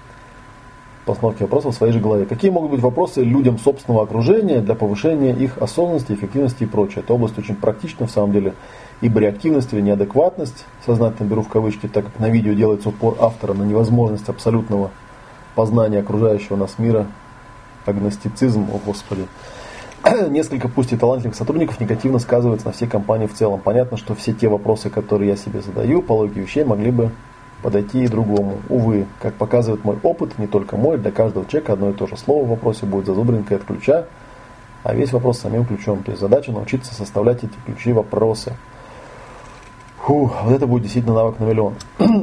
Какие могут быть вопросы людям собственного окружения для повышения их осознанности, эффективности и прочее? Эта область очень практична, в самом деле, ибо реактивность или неадекватность, сознательно беру в кавычки, так как на видео делается упор автора на невозможность абсолютного познания окружающего нас мира, агностицизм, о господи. Несколько, пусть и талантливых сотрудников, негативно сказывается на всей компании в целом. Понятно, что все те вопросы, которые я себе задаю, по логике вещей, могли бы подойти и другому. Увы, как показывает мой опыт, не только мой, для каждого человека одно и то же слово в вопросе будет зазубринкой от ключа, а весь вопрос самим ключом. То есть задача научиться составлять эти ключи вопросы. Вот это будет действительно навык на миллион.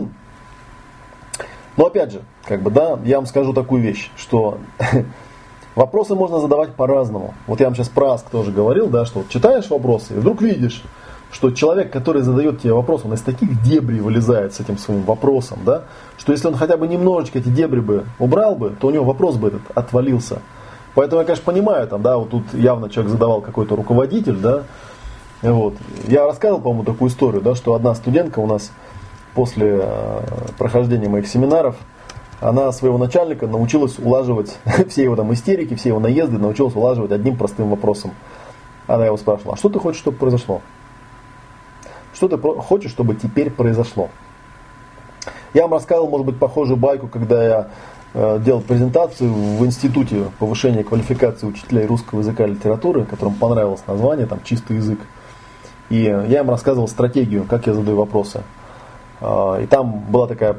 Но опять же, как бы, да, я вам скажу такую вещь, что вопросы можно задавать по-разному. Вот я вам сейчас про Ask тоже говорил, да, что вот читаешь вопросы и вдруг видишь, что человек, который задает тебе вопрос, он из таких дебрей вылезает с этим своим вопросом, да, что если он хотя бы немножечко эти дебри бы убрал бы, то у него вопрос бы этот отвалился. Поэтому я, конечно, понимаю, там, да, вот тут явно человек задавал какой-то руководитель, да, вот. Я рассказывал, по-моему, такую историю, да, что одна студентка у нас после прохождения моих семинаров, она своего начальника научилась улаживать все его там истерики, все его наезды, научилась улаживать одним простым вопросом. Она его спрашивала: а что ты хочешь, чтобы произошло? Что ты хочешь, чтобы теперь произошло? Я вам рассказывал, может быть, похожую байку, когда я делал презентацию в институте повышения квалификации учителей русского языка и литературы, которым понравилось название, там, чистый язык. И я им рассказывал стратегию, как я задаю вопросы. И там была такая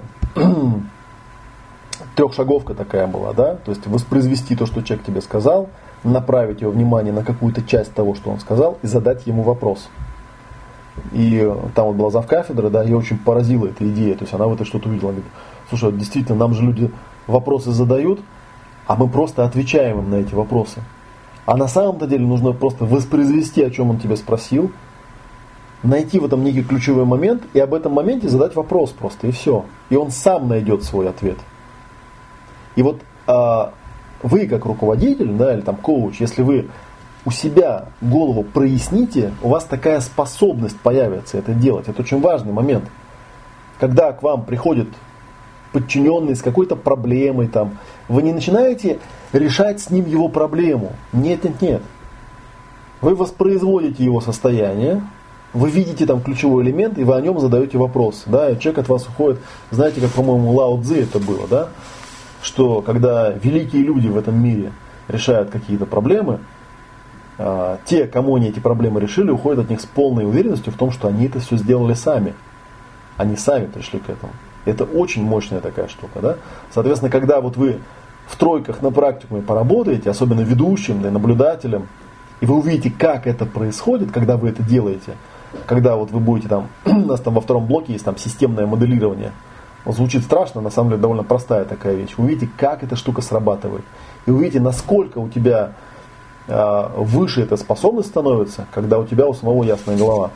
трехшаговка такая была, да, то есть воспроизвести то, что человек тебе сказал, направить его внимание на какую-то часть того, что он сказал, и задать ему вопрос. И там вот была завкафедра, да, ее очень поразила эта идея, то есть она в это что-то увидела, она говорит: слушай, действительно, нам же люди вопросы задают, а мы просто отвечаем им на эти вопросы. А на самом-то деле нужно просто воспроизвести, о чем он тебя спросил, найти в этом некий ключевой момент и об этом моменте задать вопрос просто, и все. И он сам найдет свой ответ. И вот вы как руководитель, да, или там коуч, если вы у себя голову проясните, у вас такая способность появится это делать. Это очень важный момент. Когда к вам приходит подчиненный с какой-то проблемой, там, вы не начинаете решать с ним его проблему. Нет. Вы воспроизводите его состояние, вы видите там ключевой элемент, и вы о нем задаете вопрос. Да, и человек от вас уходит. Знаете, как, по-моему, Лао Цзи это было, да? Что когда великие люди в этом мире решают какие-то проблемы, те, кому они эти проблемы решили, уходят от них с полной уверенностью в том, что они это все сделали сами. Они сами пришли к этому. Это очень мощная такая штука. Да? Соответственно, когда вот вы в тройках на практикуме поработаете, особенно ведущим, да, наблюдателем, и вы увидите, как это происходит, когда вы это делаете, когда вот вы будете там, у нас там во втором блоке есть там системное моделирование. Вот звучит страшно, на самом деле довольно простая такая вещь. Вы увидите, как эта штука срабатывает. И увидите, насколько у тебя выше эта способность становится, когда у тебя у самого ясная голова.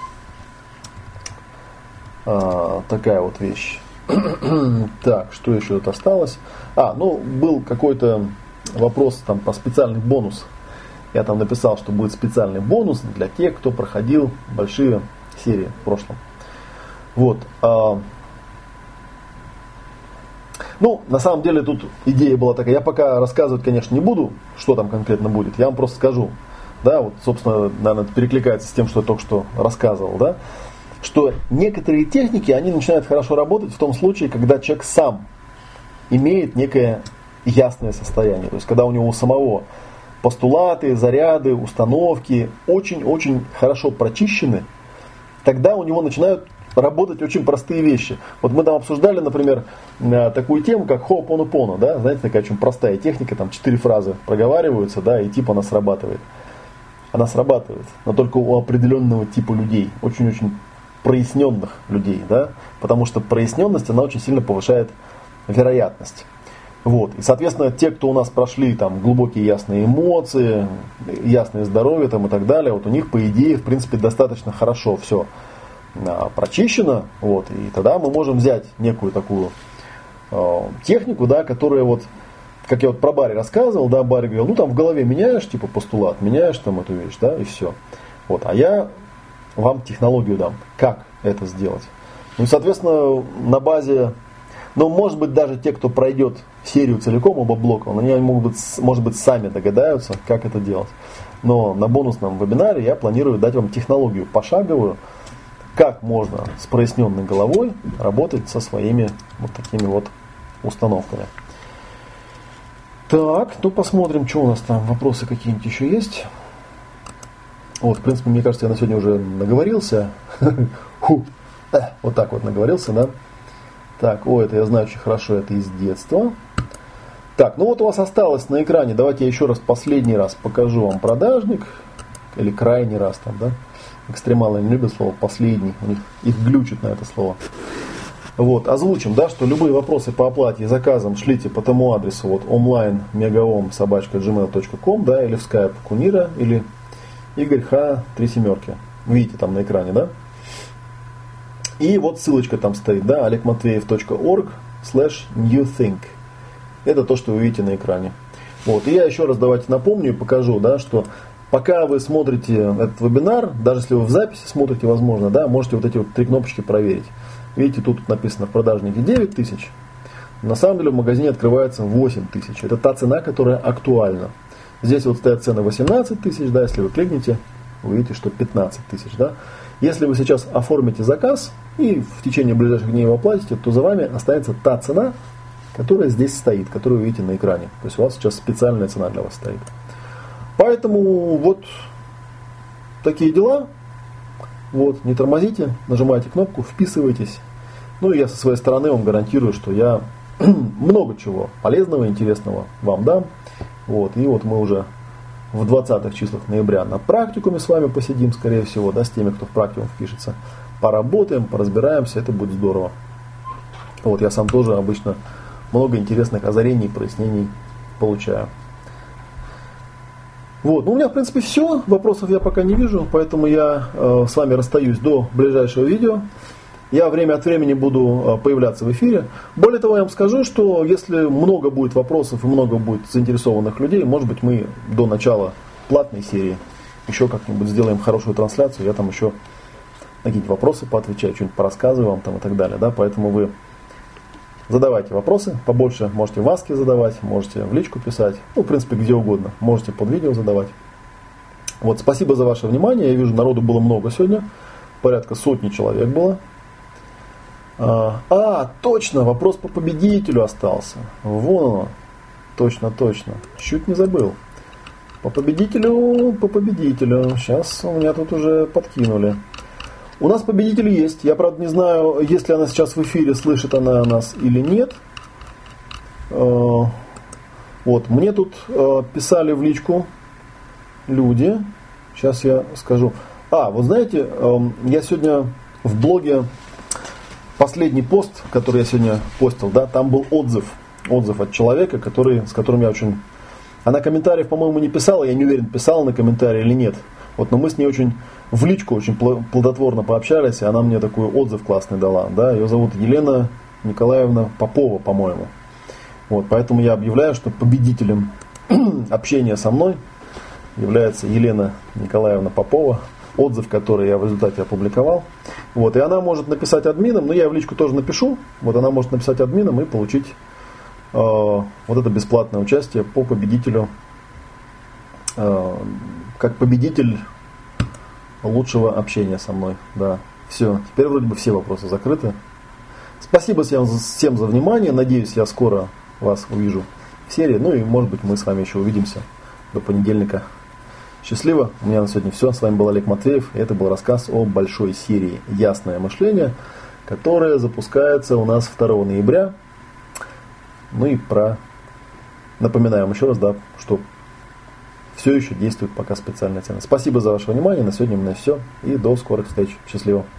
Такая вот вещь. Так, что еще тут осталось? Был какой-то вопрос там про специальный бонус. Я там написал, что будет специальный бонус для тех, кто проходил большие серии в прошлом. Вот. Ну, на самом деле тут идея была такая. Я пока рассказывать, конечно, не буду, что там конкретно будет. Я вам просто скажу. Да, вот, собственно, наверное, перекликается с тем, что я только что рассказывал, да, что некоторые техники, они начинают хорошо работать в том случае, когда человек сам имеет некое ясное состояние. То есть, когда у него самого постулаты, заряды, установки очень-очень хорошо прочищены, тогда у него начинают работать очень простые вещи. Вот мы там обсуждали, например, такую тему, как Хо'опонопоно, да, знаете, такая очень простая техника, там 4 фразы проговариваются, да, и типа она срабатывает. Она срабатывает, но только у определенного типа людей, очень-очень проясненных людей, да, потому что проясненность, она очень сильно повышает вероятность. Вот. И, соответственно, те, кто у нас прошли там глубокие ясные эмоции, ясное здоровье там, и так далее, вот у них, по идее, в принципе, достаточно хорошо все прочищено, вот, и тогда мы можем взять некую такую технику, да, которая вот, как я вот про Барри рассказывал, да, Барри говорил, ну там в голове меняешь, типа постулат, меняешь там эту вещь, да, и все. Вот, а я вам технологию дам, как это сделать. Ну и, соответственно, на базе, ну, может быть, даже те, кто пройдет серию целиком, оба блока, они могут, может быть, сами догадаются, как это делать. Но на бонусном вебинаре я планирую дать вам технологию пошаговую, как можно с проясненной головой работать со своими вот такими вот установками. Так, ну посмотрим, что у нас там, вопросы какие-нибудь еще есть. Вот, в принципе, мне кажется, я на сегодня уже наговорился. Вот так вот наговорился, да. Так, это я знаю очень хорошо, это из детства. Так, ну вот у вас осталось на экране, давайте я еще раз, последний раз покажу вам продажник. Или крайний раз там, да. Экстремалы не любят слово последний, у них их глючит на это слово. Вот, озвучим, да, что любые вопросы по оплате и заказам шлите по тому адресу, вот, online.megaom@gmail.com, да, или в Skype Кунира, или Игорь Х. 3 семерки. Видите там на экране, да? И вот ссылочка там стоит, да, olegmatveev.org/newthink. Это то, что вы видите на экране. Вот, и я еще раз давайте напомню и покажу, да, что пока вы смотрите этот вебинар, даже если вы в записи смотрите, возможно, да, можете вот эти вот 3 кнопочки проверить. Видите, тут написано в продажнике 9 тысяч. На самом деле в магазине открывается 8 тысяч. Это та цена, которая актуальна. Здесь вот стоят цены 18 тысяч, да, если вы кликните, вы увидите, что 15 тысяч, да. Если вы сейчас оформите заказ и в течение ближайших дней его оплатите, то за вами останется та цена, которая здесь стоит, которую вы видите на экране. То есть у вас сейчас специальная цена для вас стоит. Поэтому вот такие дела. Вот, не тормозите, нажимайте кнопку, вписывайтесь. Ну и я со своей стороны вам гарантирую, что я много чего полезного, интересного вам дам. Вот, и вот мы уже в 20-х числах ноября на практикуме с вами посидим, скорее всего, да, с теми, кто в практикум впишется. Поработаем, поразбираемся, это будет здорово. Вот, я сам тоже обычно много интересных озарений, прояснений получаю. Вот, ну у меня в принципе все, вопросов я пока не вижу, поэтому я с вами расстаюсь до ближайшего видео. Я время от времени буду появляться в эфире. Более того, я вам скажу, что если много будет вопросов и много будет заинтересованных людей, может быть мы до начала платной серии еще как-нибудь сделаем хорошую трансляцию, я там еще на какие-нибудь вопросы поотвечаю, что-нибудь порассказываю вам там и так далее, да, поэтому вы задавайте вопросы, побольше можете в Аске задавать, можете в личку писать, ну, в принципе, где угодно, можете под видео задавать. Вот, спасибо за ваше внимание, я вижу, народу было много сегодня, порядка 100 человек было. Точно, вопрос по победителю остался, вон он, точно, чуть не забыл. По победителю, сейчас у меня тут уже подкинули. У нас победитель есть. Я, правда, не знаю, если она сейчас в эфире, слышит она нас или нет. Вот. Мне тут писали в личку люди. Сейчас я скажу. Вот знаете, я сегодня в блоге, последний пост, который я сегодня постил, да, там был отзыв от человека, с которым я очень... Она комментариев, по-моему, не писала. Я не уверен, писала на комментарии или нет. Вот, но мы с ней очень в личку очень плодотворно пообщались, и она мне такой отзыв классный дала. Да? Ее зовут Елена Николаевна Попова, по-моему. Вот, поэтому я объявляю, что победителем общения со мной является Елена Николаевна Попова, отзыв, который я в результате опубликовал. Вот, и она может написать админам, но я в личку тоже напишу. Вот она может написать админам и получить вот это бесплатное участие по победителю, как победитель лучшего общения со мной. Да, все, теперь вроде бы все вопросы закрыты. Спасибо всем за внимание. Надеюсь, я скоро вас увижу в серии. Ну и может быть мы с вами еще увидимся до понедельника. Счастливо. У меня на сегодня все. С вами был Олег Матвеев. И это был рассказ о большой серии «Ясное мышление», которая запускается у нас 2 ноября. Ну и напоминаем еще раз, да, что все еще действует пока специальная цена. Спасибо за ваше внимание. На сегодня у меня все. И до скорых встреч. Счастливо.